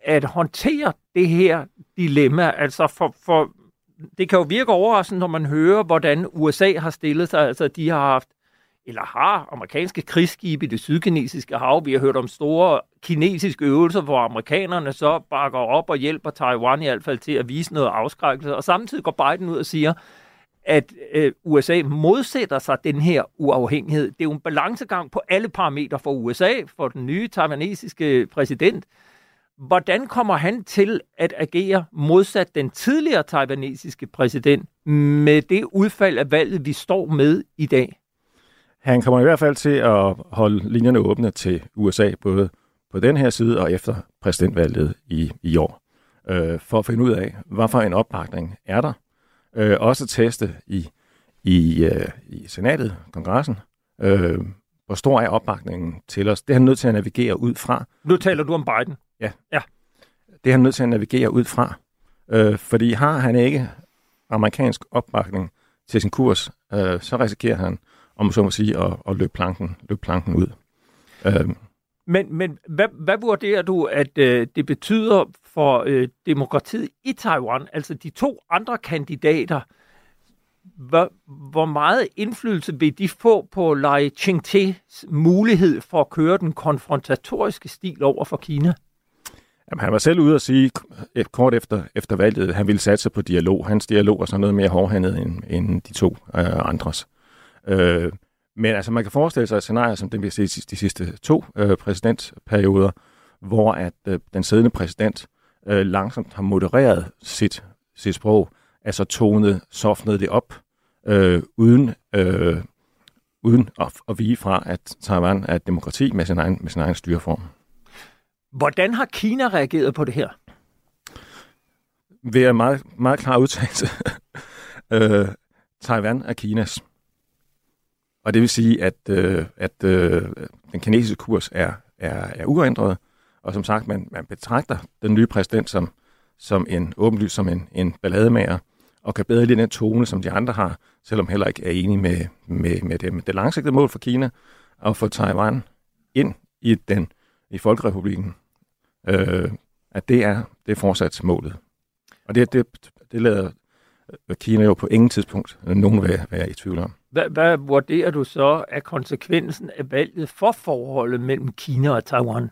at håndtere det her dilemma? Altså for, for det kan jo virke overraskende, når man hører, hvordan U S A har stillet sig. Altså de har haft, eller har amerikanske krigsskibe i det sydkinesiske hav. Vi har hørt om store kinesiske øvelser, hvor amerikanerne så bakker op og hjælper Taiwan i hvert fald til at vise noget afskrækkelse. Og samtidig går Biden ud og siger, at øh, U S A modsætter sig den her uafhængighed. Det er jo en balancegang på alle parametre for U S A, for den nye taiwanesiske præsident. Hvordan kommer han til at agere modsat den tidligere taiwanesiske præsident med det udfald af valget, vi står med i dag? Han kommer i hvert fald til at holde linjerne åbne til U S A, både på den her side og efter præsidentvalget i, i år, øh, for at finde ud af, hvad for en opbakning er der. Øh, også teste i, i, øh, i senatet, kongressen, øh, hvor stor er opbakningen til os. Det er han nødt til at navigere ud fra. Nu taler du om Biden. Ja. ja. Det er han nødt til at navigere ud fra. Øh, fordi har han ikke amerikansk opbakning til sin kurs, øh, så risikerer han, om så må sige, at, at løbe, planken, løbe planken ud. Øh. Men, men hvad, hvad vurderer du, at øh, det betyder for øh, demokratiet i Taiwan? Altså de to andre kandidater, hvor, hvor meget indflydelse vil de få på Lai Ching-tes mulighed for at køre den konfrontatoriske stil over for Kina? Jamen, han var selv ude at sige, kort efter, efter valget, at han ville satse på dialog. Hans dialog er så noget mere hårdhændet end, end de to øh, andres. Øh, men altså, man kan forestille sig et scenarie, som det vi har set de sidste to øh, præsidentperioder, hvor at øh, den siddende præsident øh, langsomt har modereret sit, sit sprog, altså tonet, softet det op, øh, uden, øh, uden at, at vige fra, at Taiwan er et demokrati med sin egen, med sin egen styreform. Hvordan har Kina reageret på det her? Ved en meget, meget klar udtalelse. øh, Taiwan er Kinas. Og det vil sige, at, øh, at øh, den kinesiske kurs er, er, er uændret. Og som sagt, man, man betragter den nye præsident som, som en åbenlyst som en, en ballademager, og kan bedre lide den tone, som de andre har, selvom heller ikke er enige med, med, med dem. Det langsigtede mål for Kina er at få Taiwan ind i, den, i Folkerepublikken. Øh, at det er, det er fortsat målet. Og det, det, det lader Kina jo på ingen tidspunkt nogen være, være i tvivl om. Hvad, hvad vurderer du så af konsekvensen af valget for forholdet mellem Kina og Taiwan?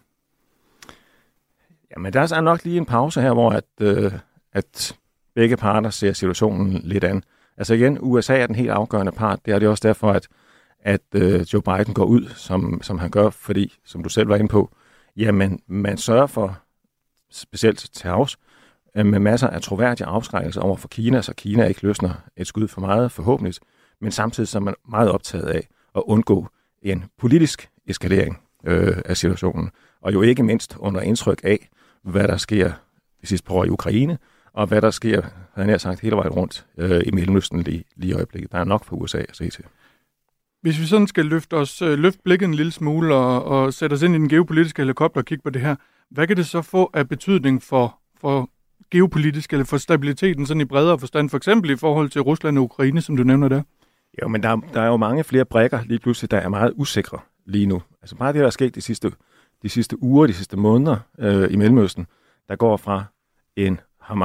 Jamen, der er nok lige en pause her, hvor at, øh, at begge parter ser situationen lidt an. Altså igen, U S A er den helt afgørende part. Det er det også derfor, at, at øh, Joe Biden går ud, som, som han gør, fordi, som du selv var inde på, jamen, man sørger for, specielt til havs, med masser af troværdige afskrækkelser over for Kina, så Kina ikke løsner et skud for meget, forhåbentlig, men samtidig så er man meget optaget af at undgå en politisk eskalering øh, af situationen, og jo ikke mindst under indtryk af, hvad der sker de sidste par år i Ukraine, og hvad der sker, havde jeg sagt, hele vejen rundt øh, i Mellemøsten lige, lige i øjeblikket. Der er nok for U S A at se til. Hvis vi sådan skal løfte, os, øh, løfte blikket en lille smule og, og sætte os ind i den geopolitiske helikopter og kigge på det her, hvad kan det så få af betydning for, for geopolitisk eller for stabiliteten sådan i bredere forstand, for eksempel i forhold til Rusland og Ukraine, som du nævner der? Jo, men der, der er jo mange flere brikker lige pludselig, der er meget usikre lige nu. Altså bare det, der er sket de sidste, de sidste uger, de sidste måneder øh, i Mellemøsten, der går fra en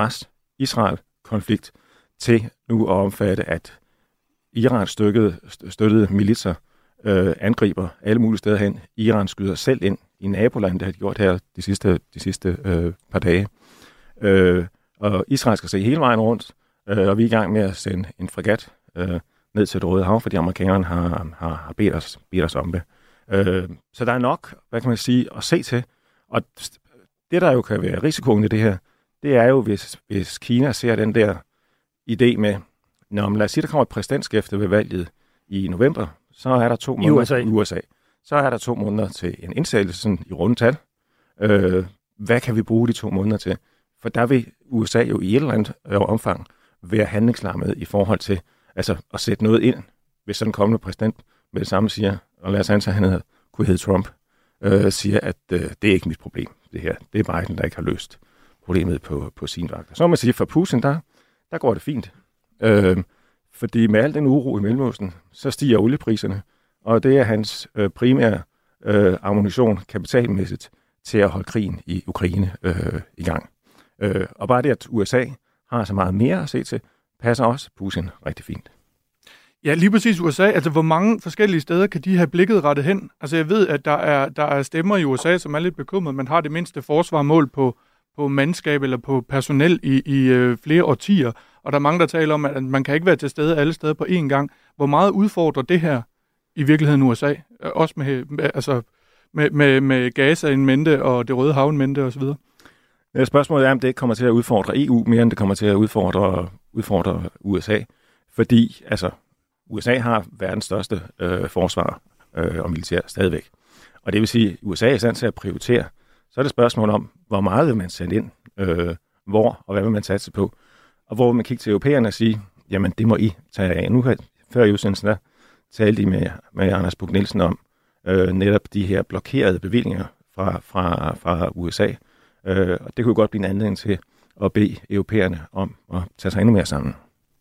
Hamas-Israel-konflikt til nu at omfatte, at Iran støttede, støttede militser øh, angriber alle mulige steder hen. Iran skyder selv ind i nabolandet, det har de gjort her de sidste, de sidste øh, par dage. Øh, og Israel skal se hele vejen rundt, øh, og vi er i gang med at sende en fregat øh, ned til det Røde Hav, fordi amerikanerne har, har, har bedt, os, bedt os om det. Øh, så der er nok, hvad kan man sige, at se til. Og det, der jo kan være risikoen i det her, det er jo, hvis, hvis Kina ser den der idé med, når man lad os sige, der kommer et præsidentskifte ved valget i november, så er der to måneder U S A. i U S A. Så er der to måneder til en indsættelse sådan i rundetal. Øh, hvad kan vi bruge de to måneder til? For der vil U S A jo i et eller andet omfang være handlingslammet i forhold til altså at sætte noget ind, hvis sådan en kommende præsident med det samme siger, og lad os antage, han hedder, kunne hedde Trump, øh, siger, at øh, det er ikke mit problem, det her. Det er Biden, der ikke har løst problemet på, på sin vagt. Så må man sige, for Putin, der, der går det fint. Øh, fordi med al den uro i Mellemøsten, så stiger oliepriserne, og det er hans øh, primære øh, ammunition kapitalmæssigt til at holde krigen i Ukraine øh, i gang. Øh, og bare det, at U S A har så meget mere at se til, passer også Putin rigtig fint. Ja, lige præcis U S A. Altså, hvor mange forskellige steder kan de have blikket rettet hen? Altså, jeg ved, at der er, der er stemmer i U S A, som er lidt bekymret. Man har det mindste forsvarmål på, på mandskab eller på personel i, i øh, flere årtier. Og der er mange, der taler om, at man kan ikke være til stede alle steder på én gang. Hvor meget udfordrer det her i virkeligheden U S A? Også med, med, altså, med, med, med Gaza en mente og det Røde Hav en mente osv.? Spørgsmålet er, om det ikke kommer til at udfordre E U mere, end det kommer til at udfordre, udfordre U S A. Fordi, altså, U S A har verdens største øh, forsvar øh, og militær stadigvæk. Og det vil sige, at U S A er i stand til at prioritere. Så er det spørgsmål om, hvor meget vil man sætte ind, øh, hvor og hvad vil man satse på. Og hvor vil man kigge til europæerne og sige, jamen det må I tage af. Nu før i udsendelsen der talte I med, med Anders Bugh Nielsen om øh, netop de her blokerede bevillinger fra, fra, fra U S A. Øh, og det kunne godt blive en anledning til at bede europæerne om at tage sig endnu mere sammen.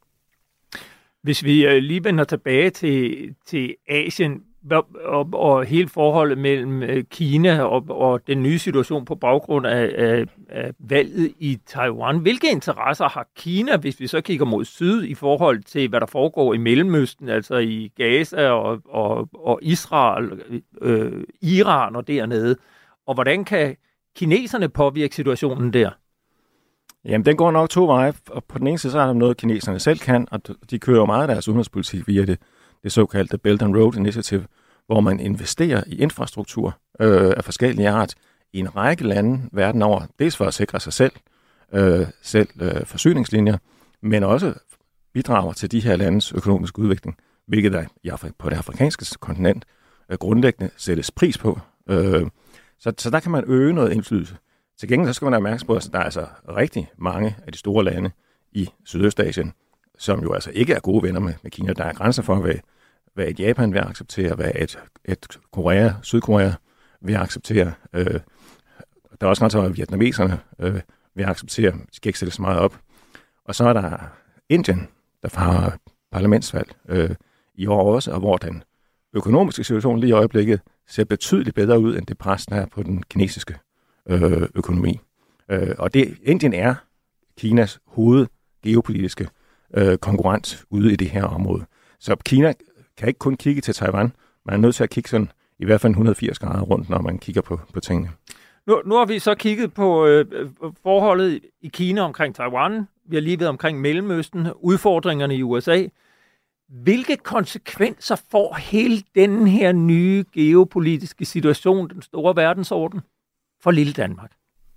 Hvis vi øh, lige vender tilbage til, til Asien og, og, og hele forholdet mellem øh, Kina og, og den nye situation på baggrund af, af, af valget i Taiwan. Hvilke interesser har Kina, hvis vi så kigger mod syd, i forhold til, hvad der foregår i Mellemøsten, altså i Gaza og, og, og Israel, øh, Iran og dernede? Og hvordan kan kineserne påvirke situationen der? Jamen, den går nok to veje, og på den ene side så er der noget, kineserne selv kan, og de kører meget af deres udenrigspolitik via det, det såkaldte Belt and Road Initiative, hvor man investerer i infrastruktur øh, af forskellige art i en række lande verden over, dels for at sikre sig selv, øh, selv øh, forsyningslinjer, men også bidrager til de her landes økonomiske udvikling, hvilket der i Afri- på det afrikanske kontinent øh, grundlæggende sættes pris på. Øh, så, så der kan man øge noget indflydelse. Til gengæld så skal man være opmærksom på, at der er altså rigtig mange af de store lande i Sydøstasien, som jo altså ikke er gode venner med, med Kina. Der er grænser for, hvad, hvad et Japan vil acceptere, hvad et, et Korea, Sydkorea vil acceptere. Øh, der er også grænser for, hvad vietnameserne øh, vil acceptere. De skal ikke sætte så meget op. Og så er der Indien, der har parlamentsvalg øh, i år også, og hvor den økonomiske situation lige i øjeblikket ser betydeligt bedre ud, end det pres, der er på den kinesiske øh, økonomi. Øh, og det, Indien er Kinas hoved geopolitiske øh, konkurrent ude i det her område. Så Kina kan ikke kun kigge til Taiwan, man er nødt til at kigge sådan i hvert fald et hundrede og firs grader rundt, når man kigger på, på tingene. Nu, nu har vi så kigget på øh, forholdet i Kina omkring Taiwan. Vi har lige været omkring Mellemøsten, udfordringerne i U S A. Hvilke konsekvenser får hele den her nye geopolitiske situation, den store verdensorden, for lille Danmark?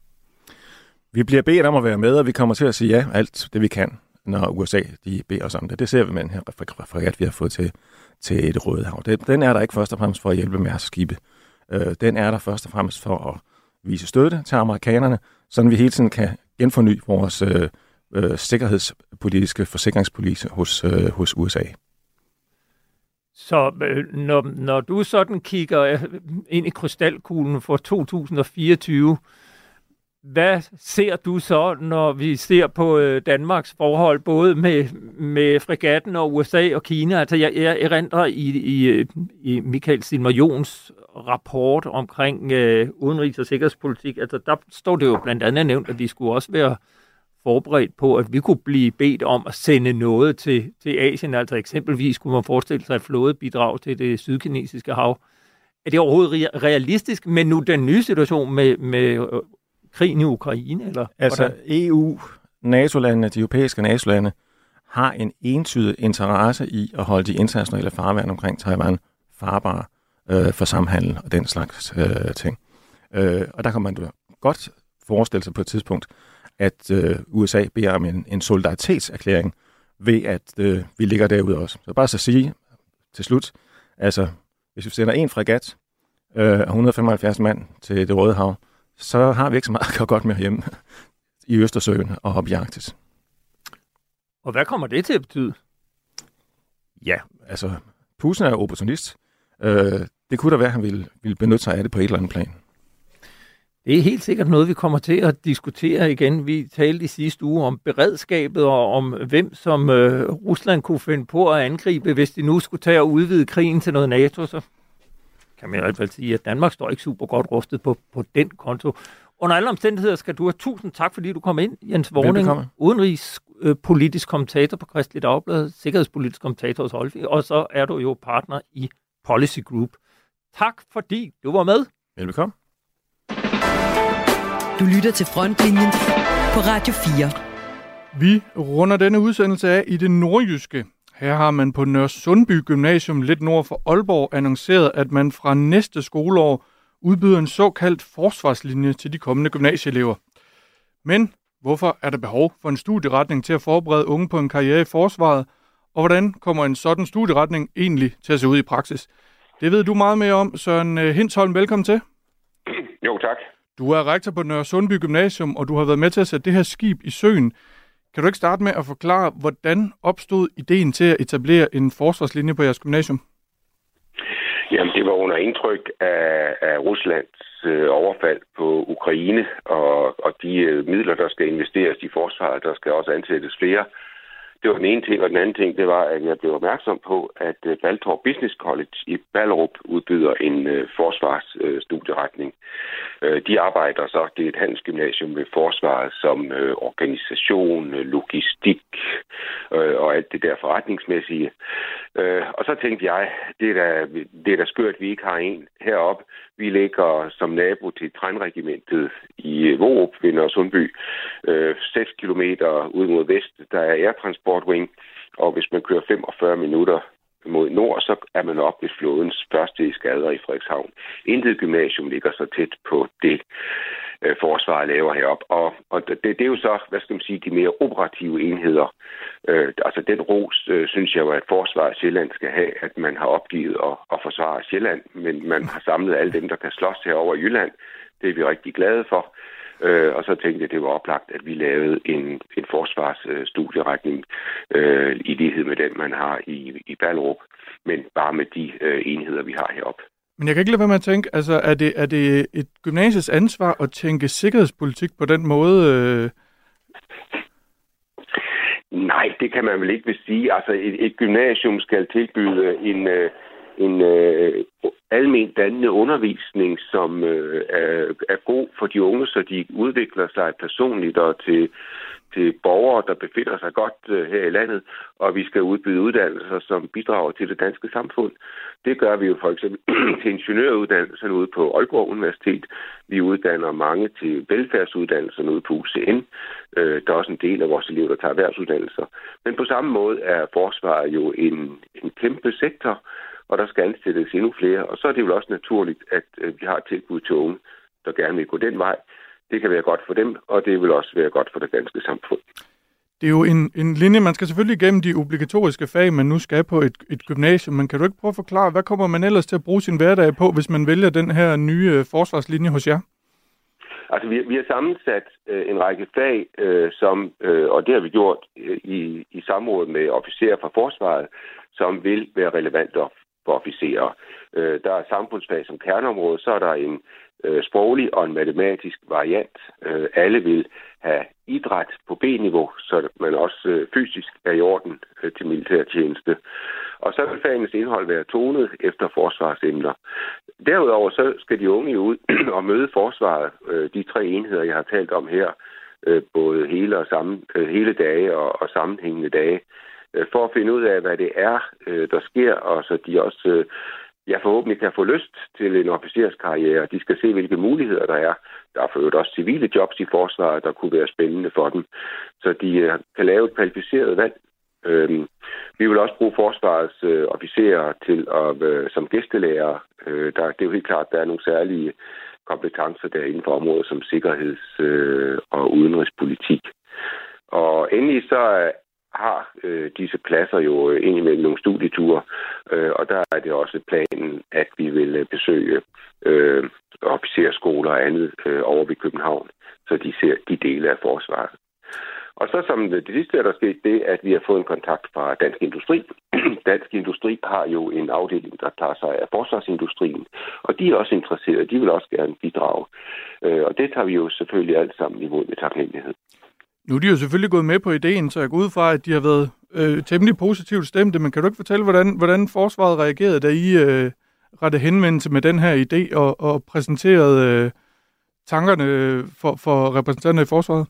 Vi bliver bedt om at være med, og vi kommer til at sige ja, alt det vi kan, når U S A de beder os om det. Det ser vi med den her fregat, vi har fået til, til et Røde Hav. Den er der ikke først og fremmest for at hjælpe med skibe. Den er der først og fremmest for at vise støtte til amerikanerne, så vi hele tiden kan genforny vores øh, øh, sikkerhedspolitiske forsikringspolice hos, øh, hos U S A. Så øh, når, når du sådan kigger ind i krystalkuglen for to tusind og fireogtyve, hvad ser du så, når vi ser på øh, Danmarks forhold både med, med fregatten og U S A og Kina? Altså jeg, jeg erindrer i, i, i Michael Silmar-Jons rapport omkring øh, udenrigs- og sikkerhedspolitik, altså der står det jo blandt andet nævnt, at vi skulle også være forberedt på, at vi kunne blive bedt om at sende noget til, til Asien. Altså eksempelvis kunne man forestille sig et flådebidrag til det sydkinesiske hav. Er det overhovedet realistisk, men nu den nye situation med, med krigen i Ukraine? Eller altså hvordan? E U, NATO-landene, de europæiske NATO-lande, har en entydig interesse i at holde de internationale farvand omkring Taiwan farbare øh, for samhandel og den slags øh, ting. Øh, og der kan man jo godt forestille sig på et tidspunkt, at øh, U S A beder om en, en solidaritetserklæring ved, at øh, vi ligger derude også. Så bare så at sige til slut, altså hvis vi sender en fregat øh, af et hundrede og femoghalvfjerds mand til det Røde Hav, så har vi ikke så meget godt med hjemme i Østersøen og op i Arktis. Og hvad kommer det til at betyde? Ja, altså Putin er opportunist. Øh, det kunne da være, at han ville, ville benytte sig af det på et eller andet plan. Det er helt sikkert noget, vi kommer til at diskutere igen. Vi talte i sidste uge om beredskabet og om hvem som øh, Rusland kunne finde på at angribe, hvis de nu skulle tage og udvide krigen til noget NATO. Så kan man i hvert fald sige, at Danmark står ikke super godt rustet på, på den konto. Under alle omstændigheder skal du have tusind tak, fordi du kom ind, Jens Worning, udenrigspolitisk kommentator på Kristeligt Dagblad, sikkerhedspolitisk kommentator hos Holfi, og så er du jo partner i Policy Group. Tak, fordi du var med. Velbekomme. Du lytter til Frontlinjen på Radio fire. Vi runder denne udsendelse af i det nordjyske. Her har man på Nørre Sundby Gymnasium lidt nord for Aalborg annonceret, at man fra næste skoleår udbyder en såkaldt forsvarslinje til de kommende gymnasieelever. Men hvorfor er der behov for en studieretning til at forberede unge på en karriere i forsvaret, og hvordan kommer en sådan studieretning egentlig til at se ud i praksis? Det ved du meget mere om, Søren Hindsholm. Velkommen til. Jo, tak. Du er rektor på Nørre Sundby Gymnasium, og du har været med til at sætte det her skib i søen. Kan du ikke starte med at forklare, hvordan opstod ideen til at etablere en forsvarslinje på jeres gymnasium? Jamen, det var under indtryk af, af Ruslands øh, overfald på Ukraine, og, og de øh, midler, der skal investeres i forsvaret, der skal også ansættes flere. Det var den ene ting, og den anden ting, det var, at jeg blev opmærksom på, at uh, Ballerup Business College i Ballerup udbyder en uh, forsvarsstudieretning. Uh, uh, de arbejder så, det er et handelsgymnasium med forsvaret som uh, organisation, uh, logistik uh, og alt det der forretningsmæssige. Uh, og så tænkte jeg, det er da, det er da skørt, at vi ikke har en heroppe. Vi ligger som nabo til trænregimentet i Vorup ved Nørre Sundby, uh, seks kilometer ud mod vest. Der er airtransport wing, og hvis man kører femogfyrre minutter mod nord, så er man oppe ved flådens første eskader i Frederikshavn. Intet gymnasium ligger så tæt på det, øh, forsvaret laver heroppe. Og, og det, det er jo så, hvad skal man sige, de mere operative enheder. Øh, altså den ros, øh, synes jeg jo, at forsvaret Sjælland skal have, at man har opgivet at, at forsvare Sjælland, men man har samlet alle dem, der kan slås herover i Jylland. Det er vi rigtig glade for. Øh, og så tænkte jeg, at det var oplagt, at vi lavede en, en forsvarsstudieretning øh, i lighed med den, man har i, i Ballerup, men bare med de øh, enheder, vi har heroppe. Men jeg kan ikke lade være med at tænke, altså er det, er det et gymnasiets ansvar at tænke sikkerhedspolitik på den måde? Øh... Nej, det kan man vel ikke vil sige. Altså et, et gymnasium skal tilbyde en... Øh, en øh, almen dannende undervisning, som øh, er, er god for de unge, så de udvikler sig personligt og til, til borgere, der befinder sig godt øh, her i landet, og vi skal udbyde uddannelser, som bidrager til det danske samfund. Det gør vi jo for eksempel til ingeniøruddannelserne ude på Aalborg Universitet. Vi uddanner mange til velfærdsuddannelserne ude på U C N. Øh, der er også en del af vores elever, der tager erhvervsuddannelser. Men på samme måde er forsvaret jo en, en kæmpe sektor, og der skal ansættes endnu flere. Og så er det jo også naturligt, at øh, vi har et tilbud til unge, der gerne vil gå den vej. Det kan være godt for dem, og det vil også være godt for det danske samfund. Det er jo en, en linje, man skal selvfølgelig igennem de obligatoriske fag, man nu skal på et, et gymnasium. Men kan du ikke prøve at forklare, hvad kommer man ellers til at bruge sin hverdag på, hvis man vælger den her nye øh, forsvarslinje hos jer? Altså, vi, vi har sammensat øh, en række fag, øh, som, øh, og det har vi gjort øh, i, i samråd med officerer fra forsvaret, som vil være relevante for officerer. Øh, der er samfundsfag som kerneområde, så er der en øh, sproglig og en matematisk variant. Øh, alle vil have idræt på B-niveau, så man også øh, fysisk er i orden øh, til militærtjeneste. Og så vil fagenes indhold være tonet efter forsvarsemner. Derudover så skal de unge ud og møde forsvaret, øh, de tre enheder, jeg har talt om her, øh, både hele, og sammen, øh, hele dage og, og sammenhængende dage, øh, for at finde ud af, hvad det er, øh, der sker, og så de også øh, ja, forhåbentlig kan få lyst til en officerskarriere. De skal se, hvilke muligheder der er. Der er for øvrigt også civile jobs i forsvaret, der kunne være spændende for dem, så de øh, kan lave et kvalificeret valg. Øhm, vi vil også bruge forsvarets øh, officerer til at, øh, som gæstelærer. Øh, der, det er jo helt klart, at der er nogle særlige kompetencer der inden for områder som sikkerheds- øh, og udenrigspolitik. Og endelig så øh, har øh, disse klasser jo øh, indimellem nogle studieture, øh, og der er det også planen, at vi vil øh, besøge øh, officerskoler og andet øh, over ved København, så de ser de dele af forsvaret. Og så som det sidste er der sket det, at vi har fået en kontakt fra Dansk Industri. Dansk Industri har jo en afdeling, der tager sig af forsvarsindustrien, og de er også interesserede. De vil også gerne bidrage. Og det tager vi jo selvfølgelig alt sammen imod med taknemmelighed. Nu er de jo selvfølgelig gået med på ideen, så jeg går ud fra, at de har været øh, temmelig positivt stemte, men kan du ikke fortælle, hvordan, hvordan forsvaret reagerede, da I øh, rette henvendelse med den her idé og, og præsenterede øh, tankerne for, for repræsentanterne i forsvaret?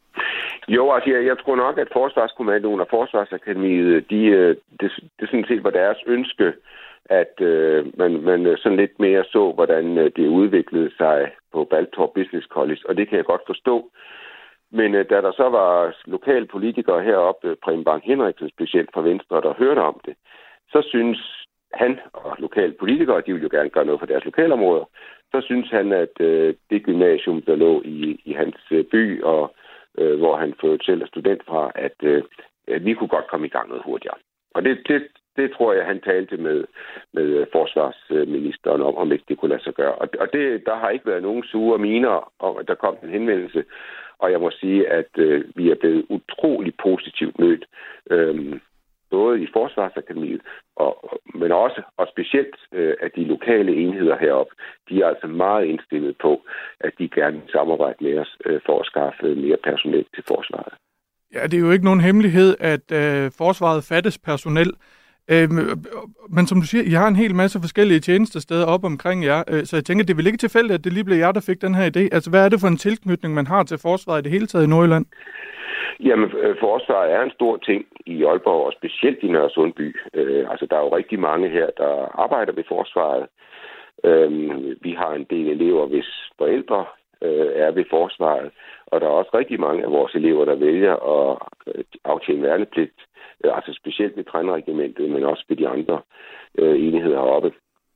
Jo, altså jeg, jeg tror nok, at Forsvarskommandoen og Forsvarsakademiet, de, det, det sådan set var deres ønske, at øh, man, man sådan lidt mere så, hvordan det udviklede sig på Balletorp Business College, og det kan jeg godt forstå. Men øh, da der så var lokale politikere heroppe, Preben Bang Henriksen specielt fra Venstre, der hørte om det, så synes han, og lokale politikere, de vil jo gerne gøre noget for deres lokalområder, så synes han, at øh, det gymnasium, der lå i, i hans øh, by, og øh, hvor han førte selv er student fra, at øh, vi kunne godt komme i gang noget hurtigere. Og det, det, det tror jeg, han talte med, med forsvarsministeren om, om ikke det kunne lade sig gøre. Og, og det, der har ikke været nogen sure miner om, at der kom en henvendelse. Og jeg må sige, at øh, vi er blevet utrolig positivt mødt, øh, både i Forsvarsakademiet, og, men også og specielt øh, at de lokale enheder heroppe, de er altså meget indstillet på, at de gerne vil samarbejde med os øh, for at skaffe mere personel til forsvaret. Ja, det er jo ikke nogen hemmelighed, at øh, forsvaret fattes personel. Øh, men som du siger, I har en hel masse forskellige tjenestesteder op omkring jer, øh, så jeg tænker, det er vel ikke tilfældigt, at det lige blev jer, der fik den her idé. Altså, hvad er det for en tilknytning, man har til forsvaret i det hele taget i Nordjylland? Jamen, forsvaret er en stor ting i Aalborg, og specielt i Nørresundby. Øh, altså, der er jo rigtig mange her, der arbejder ved forsvaret. Øh, vi har en del elever, hvis forældre øh, er ved forsvaret, og der er også rigtig mange af vores elever, der vælger at øh, aftjene værnepligt, øh, altså specielt ved trænregimentet, men også ved de andre øh, enheder heroppe.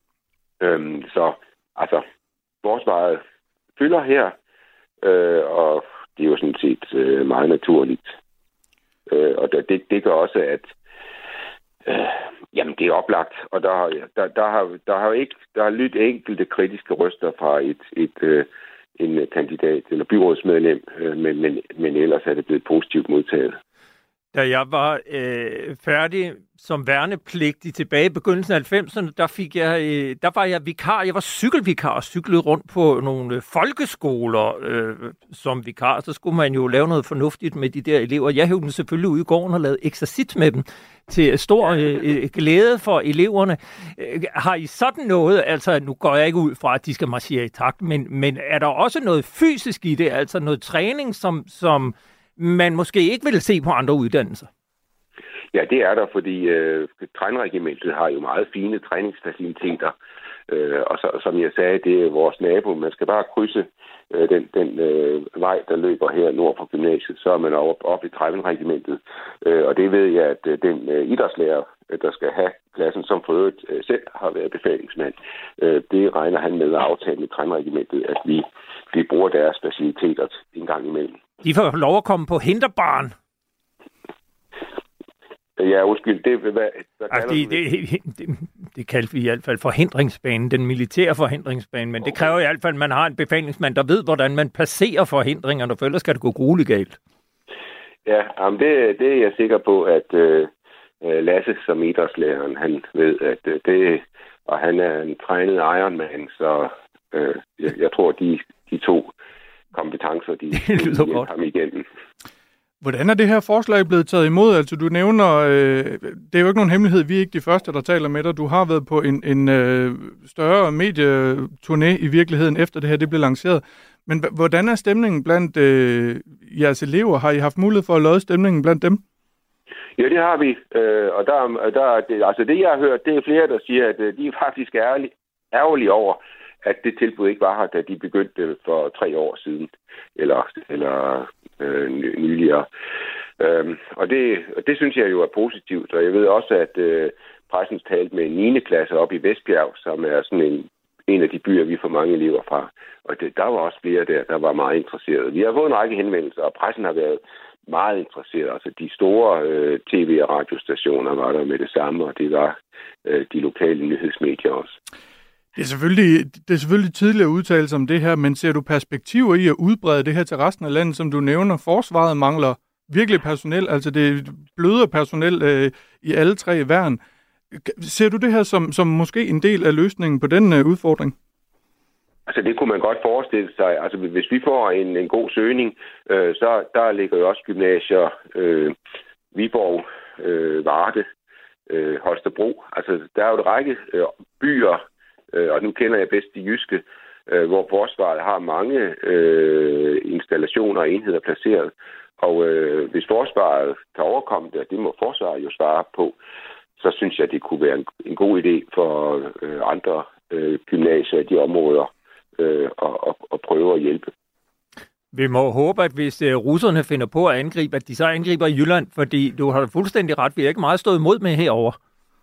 Øh, så, altså, forsvaret fylder her, øh, og det er jo sådan set øh, meget naturligt. Øh, og det, det gør også, at øh, jamen, det er oplagt. Og der, der, der, har, der har jo ikke der har lyttet enkelte kritiske røster fra et, et, øh, en kandidat eller byrådsmedlem, øh, men, men, men ellers er det blevet positivt modtaget. Da jeg var øh, færdig som værnepligtig tilbage i begyndelsen af halvfemserne, der, fik jeg, øh, der var jeg vikar. Jeg var cykelvikar og cyklede rundt på nogle folkeskoler øh, som vikar. Så skulle man jo lave noget fornuftigt med de der elever. Jeg hævde dem selvfølgelig ud i gården og lavede eksercit med dem til stor øh, glæde for eleverne. Øh, har I sådan noget, altså nu går jeg ikke ud fra, at de skal marchere i takt, men, men er der også noget fysisk i det, altså noget træning, som... som man måske ikke vil se på andre uddannelser? Ja, det er der, fordi øh, trænregimentet har jo meget fine træningsfaciliteter. Øh, og så, som jeg sagde, det er vores nabo. Man skal bare krydse øh, den, den øh, vej, der løber her nord for gymnasiet. Så er man oppe op i trænregimentet. Øh, og det ved jeg, at øh, den øh, idrætslærer, der skal have pladsen, som for øvrigt øh, selv har været befalingsmand, øh, det regner han med at aftale med trænregimentet, at vi, vi bruger deres faciliteter en gang imellem. De får lov at komme på hinterbarn. Ja, undskyld. Det, hvad, hvad altså, det, det, det, det kaldte vi i hvert fald forhindringsbanen, den militære forhindringsbane, men okay. Det kræver i hvert fald, at man har en befalingsmand, der ved, hvordan man passerer forhindringerne, for ellers skal det gå grueligt galt. Ja, jamen det, det er jeg sikker på, at øh, Lasse som idrætslæreren, han ved, at øh, det, og han er en trænet Ironman, så øh, jeg, jeg tror, de, de to kompetencer, de hjælper ham igennem. Hvordan er det her forslag blevet taget imod? Altså du nævner, øh, det er jo ikke nogen hemmelighed, vi er ikke de første, der taler med dig. Du har været på en, en øh, større medieturné i virkeligheden, efter det her det blev lanceret. Men hvordan er stemningen blandt øh, jeres elever? Har I haft mulighed for at lodde stemningen blandt dem? Ja, det har vi. Øh, og der, der, det, altså det, jeg har hørt, det er flere, der siger, at de er faktisk ærgerlige, ærgerlige over, at det tilbud ikke var her, da de begyndte for tre år siden, eller, eller øh, nyligere. Øhm, og det, det synes jeg jo er positivt, og jeg ved også, at øh, pressen talte med en niende klasse op i Vestbjerg, som er sådan en, en af de byer, vi får mange elever fra. Og det, der var også flere der, der var meget interesserede. Vi har fået en række henvendelser, og pressen har været meget interesseret. Altså de store øh, tv- og radiostationer var der med det samme, og det var øh, de lokale nyhedsmedier også. Det er selvfølgelig, det er selvfølgelig tidligere udtalelser om det her, men ser du perspektiver i at udbrede det her til resten af landet, som du nævner? Forsvaret mangler virkelig personel, altså det bløder personel øh, i alle tre værn. Ser du det her som, som måske en del af løsningen på den øh, udfordring? Altså det kunne man godt forestille sig. Altså hvis vi får en, en god søgning, øh, så der ligger jo også gymnasier, øh, Viborg, øh, Varde, øh, Holstebro. Altså der er jo en række øh, byer, øh, og nu kender jeg bedst de jyske, øh, hvor forsvaret har mange øh, installationer og enheder placeret. Og øh, hvis forsvaret kan overkomme det, og det må forsvaret jo svare på, så synes jeg, det kunne være en, en god idé for øh, andre øh, gymnasier i de områder øh, at, at, at prøve at hjælpe. Vi må håbe, at hvis uh, russerne finder på at angribe, at de så angriber i Jylland, fordi du har fuldstændig ret, vi er ikke meget stået imod med herover.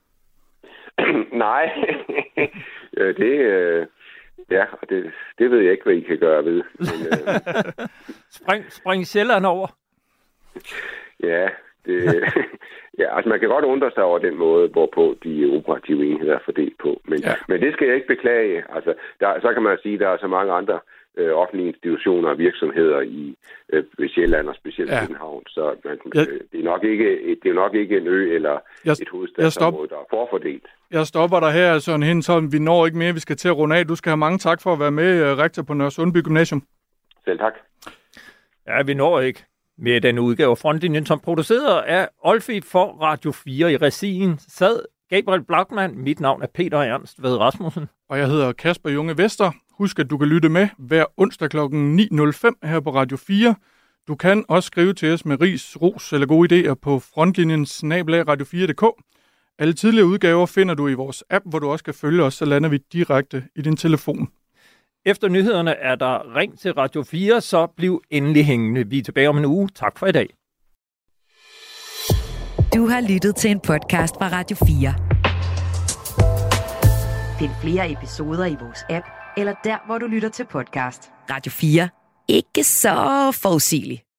Nej, det, øh, ja, det, det ved jeg ikke, hvad I kan gøre ved. Men, øh... spring, spring Sjælland over. Ja, det, ja, altså man kan godt undre sig over den måde, hvorpå de operative enheder er fordelt på. Men, ja. men det skal jeg ikke beklage. Altså, der, så kan man sige, at der er så mange andre øh, offentlige institutioner og virksomheder i øh, Sjælland og specielt ja. København. Så man, jeg, øh, det, er nok ikke, det er nok ikke en ø eller jeg, et hovedstadsområde, der er forfordelt. Jeg stopper dig her, Søren Hindsholm. Vi når ikke mere, vi skal til at runde af. Du skal have mange tak for at være med, rektor på Nørresundby Gymnasium. Selv tak. Ja, vi når ikke med den udgave af Frontlinjen, som produceret af Olfi for Radio fire. I regien sad Gabriel Blachmann. Mit navn er Peter Ernst Ved Rasmussen. Og jeg hedder Kasper Junge Vester. Husk, at du kan lytte med hver onsdag klokken ni nul fem her på Radio fire. Du kan også skrive til os med ris, ros eller gode idéer på frontlinjen snabel-a radio fire punktum d k. Alle tidligere udgaver finder du i vores app, hvor du også kan følge os, så lander vi direkte i din telefon. Efter nyhederne er der ring til Radio fire, så bliv endelig hængende. Vi er tilbage om en uge. Tak for i dag. Du har lyttet til en podcast fra Radio fire. Find flere episoder i vores app, eller der, hvor du lytter til podcast. Radio fire. Ikke så forudsigeligt.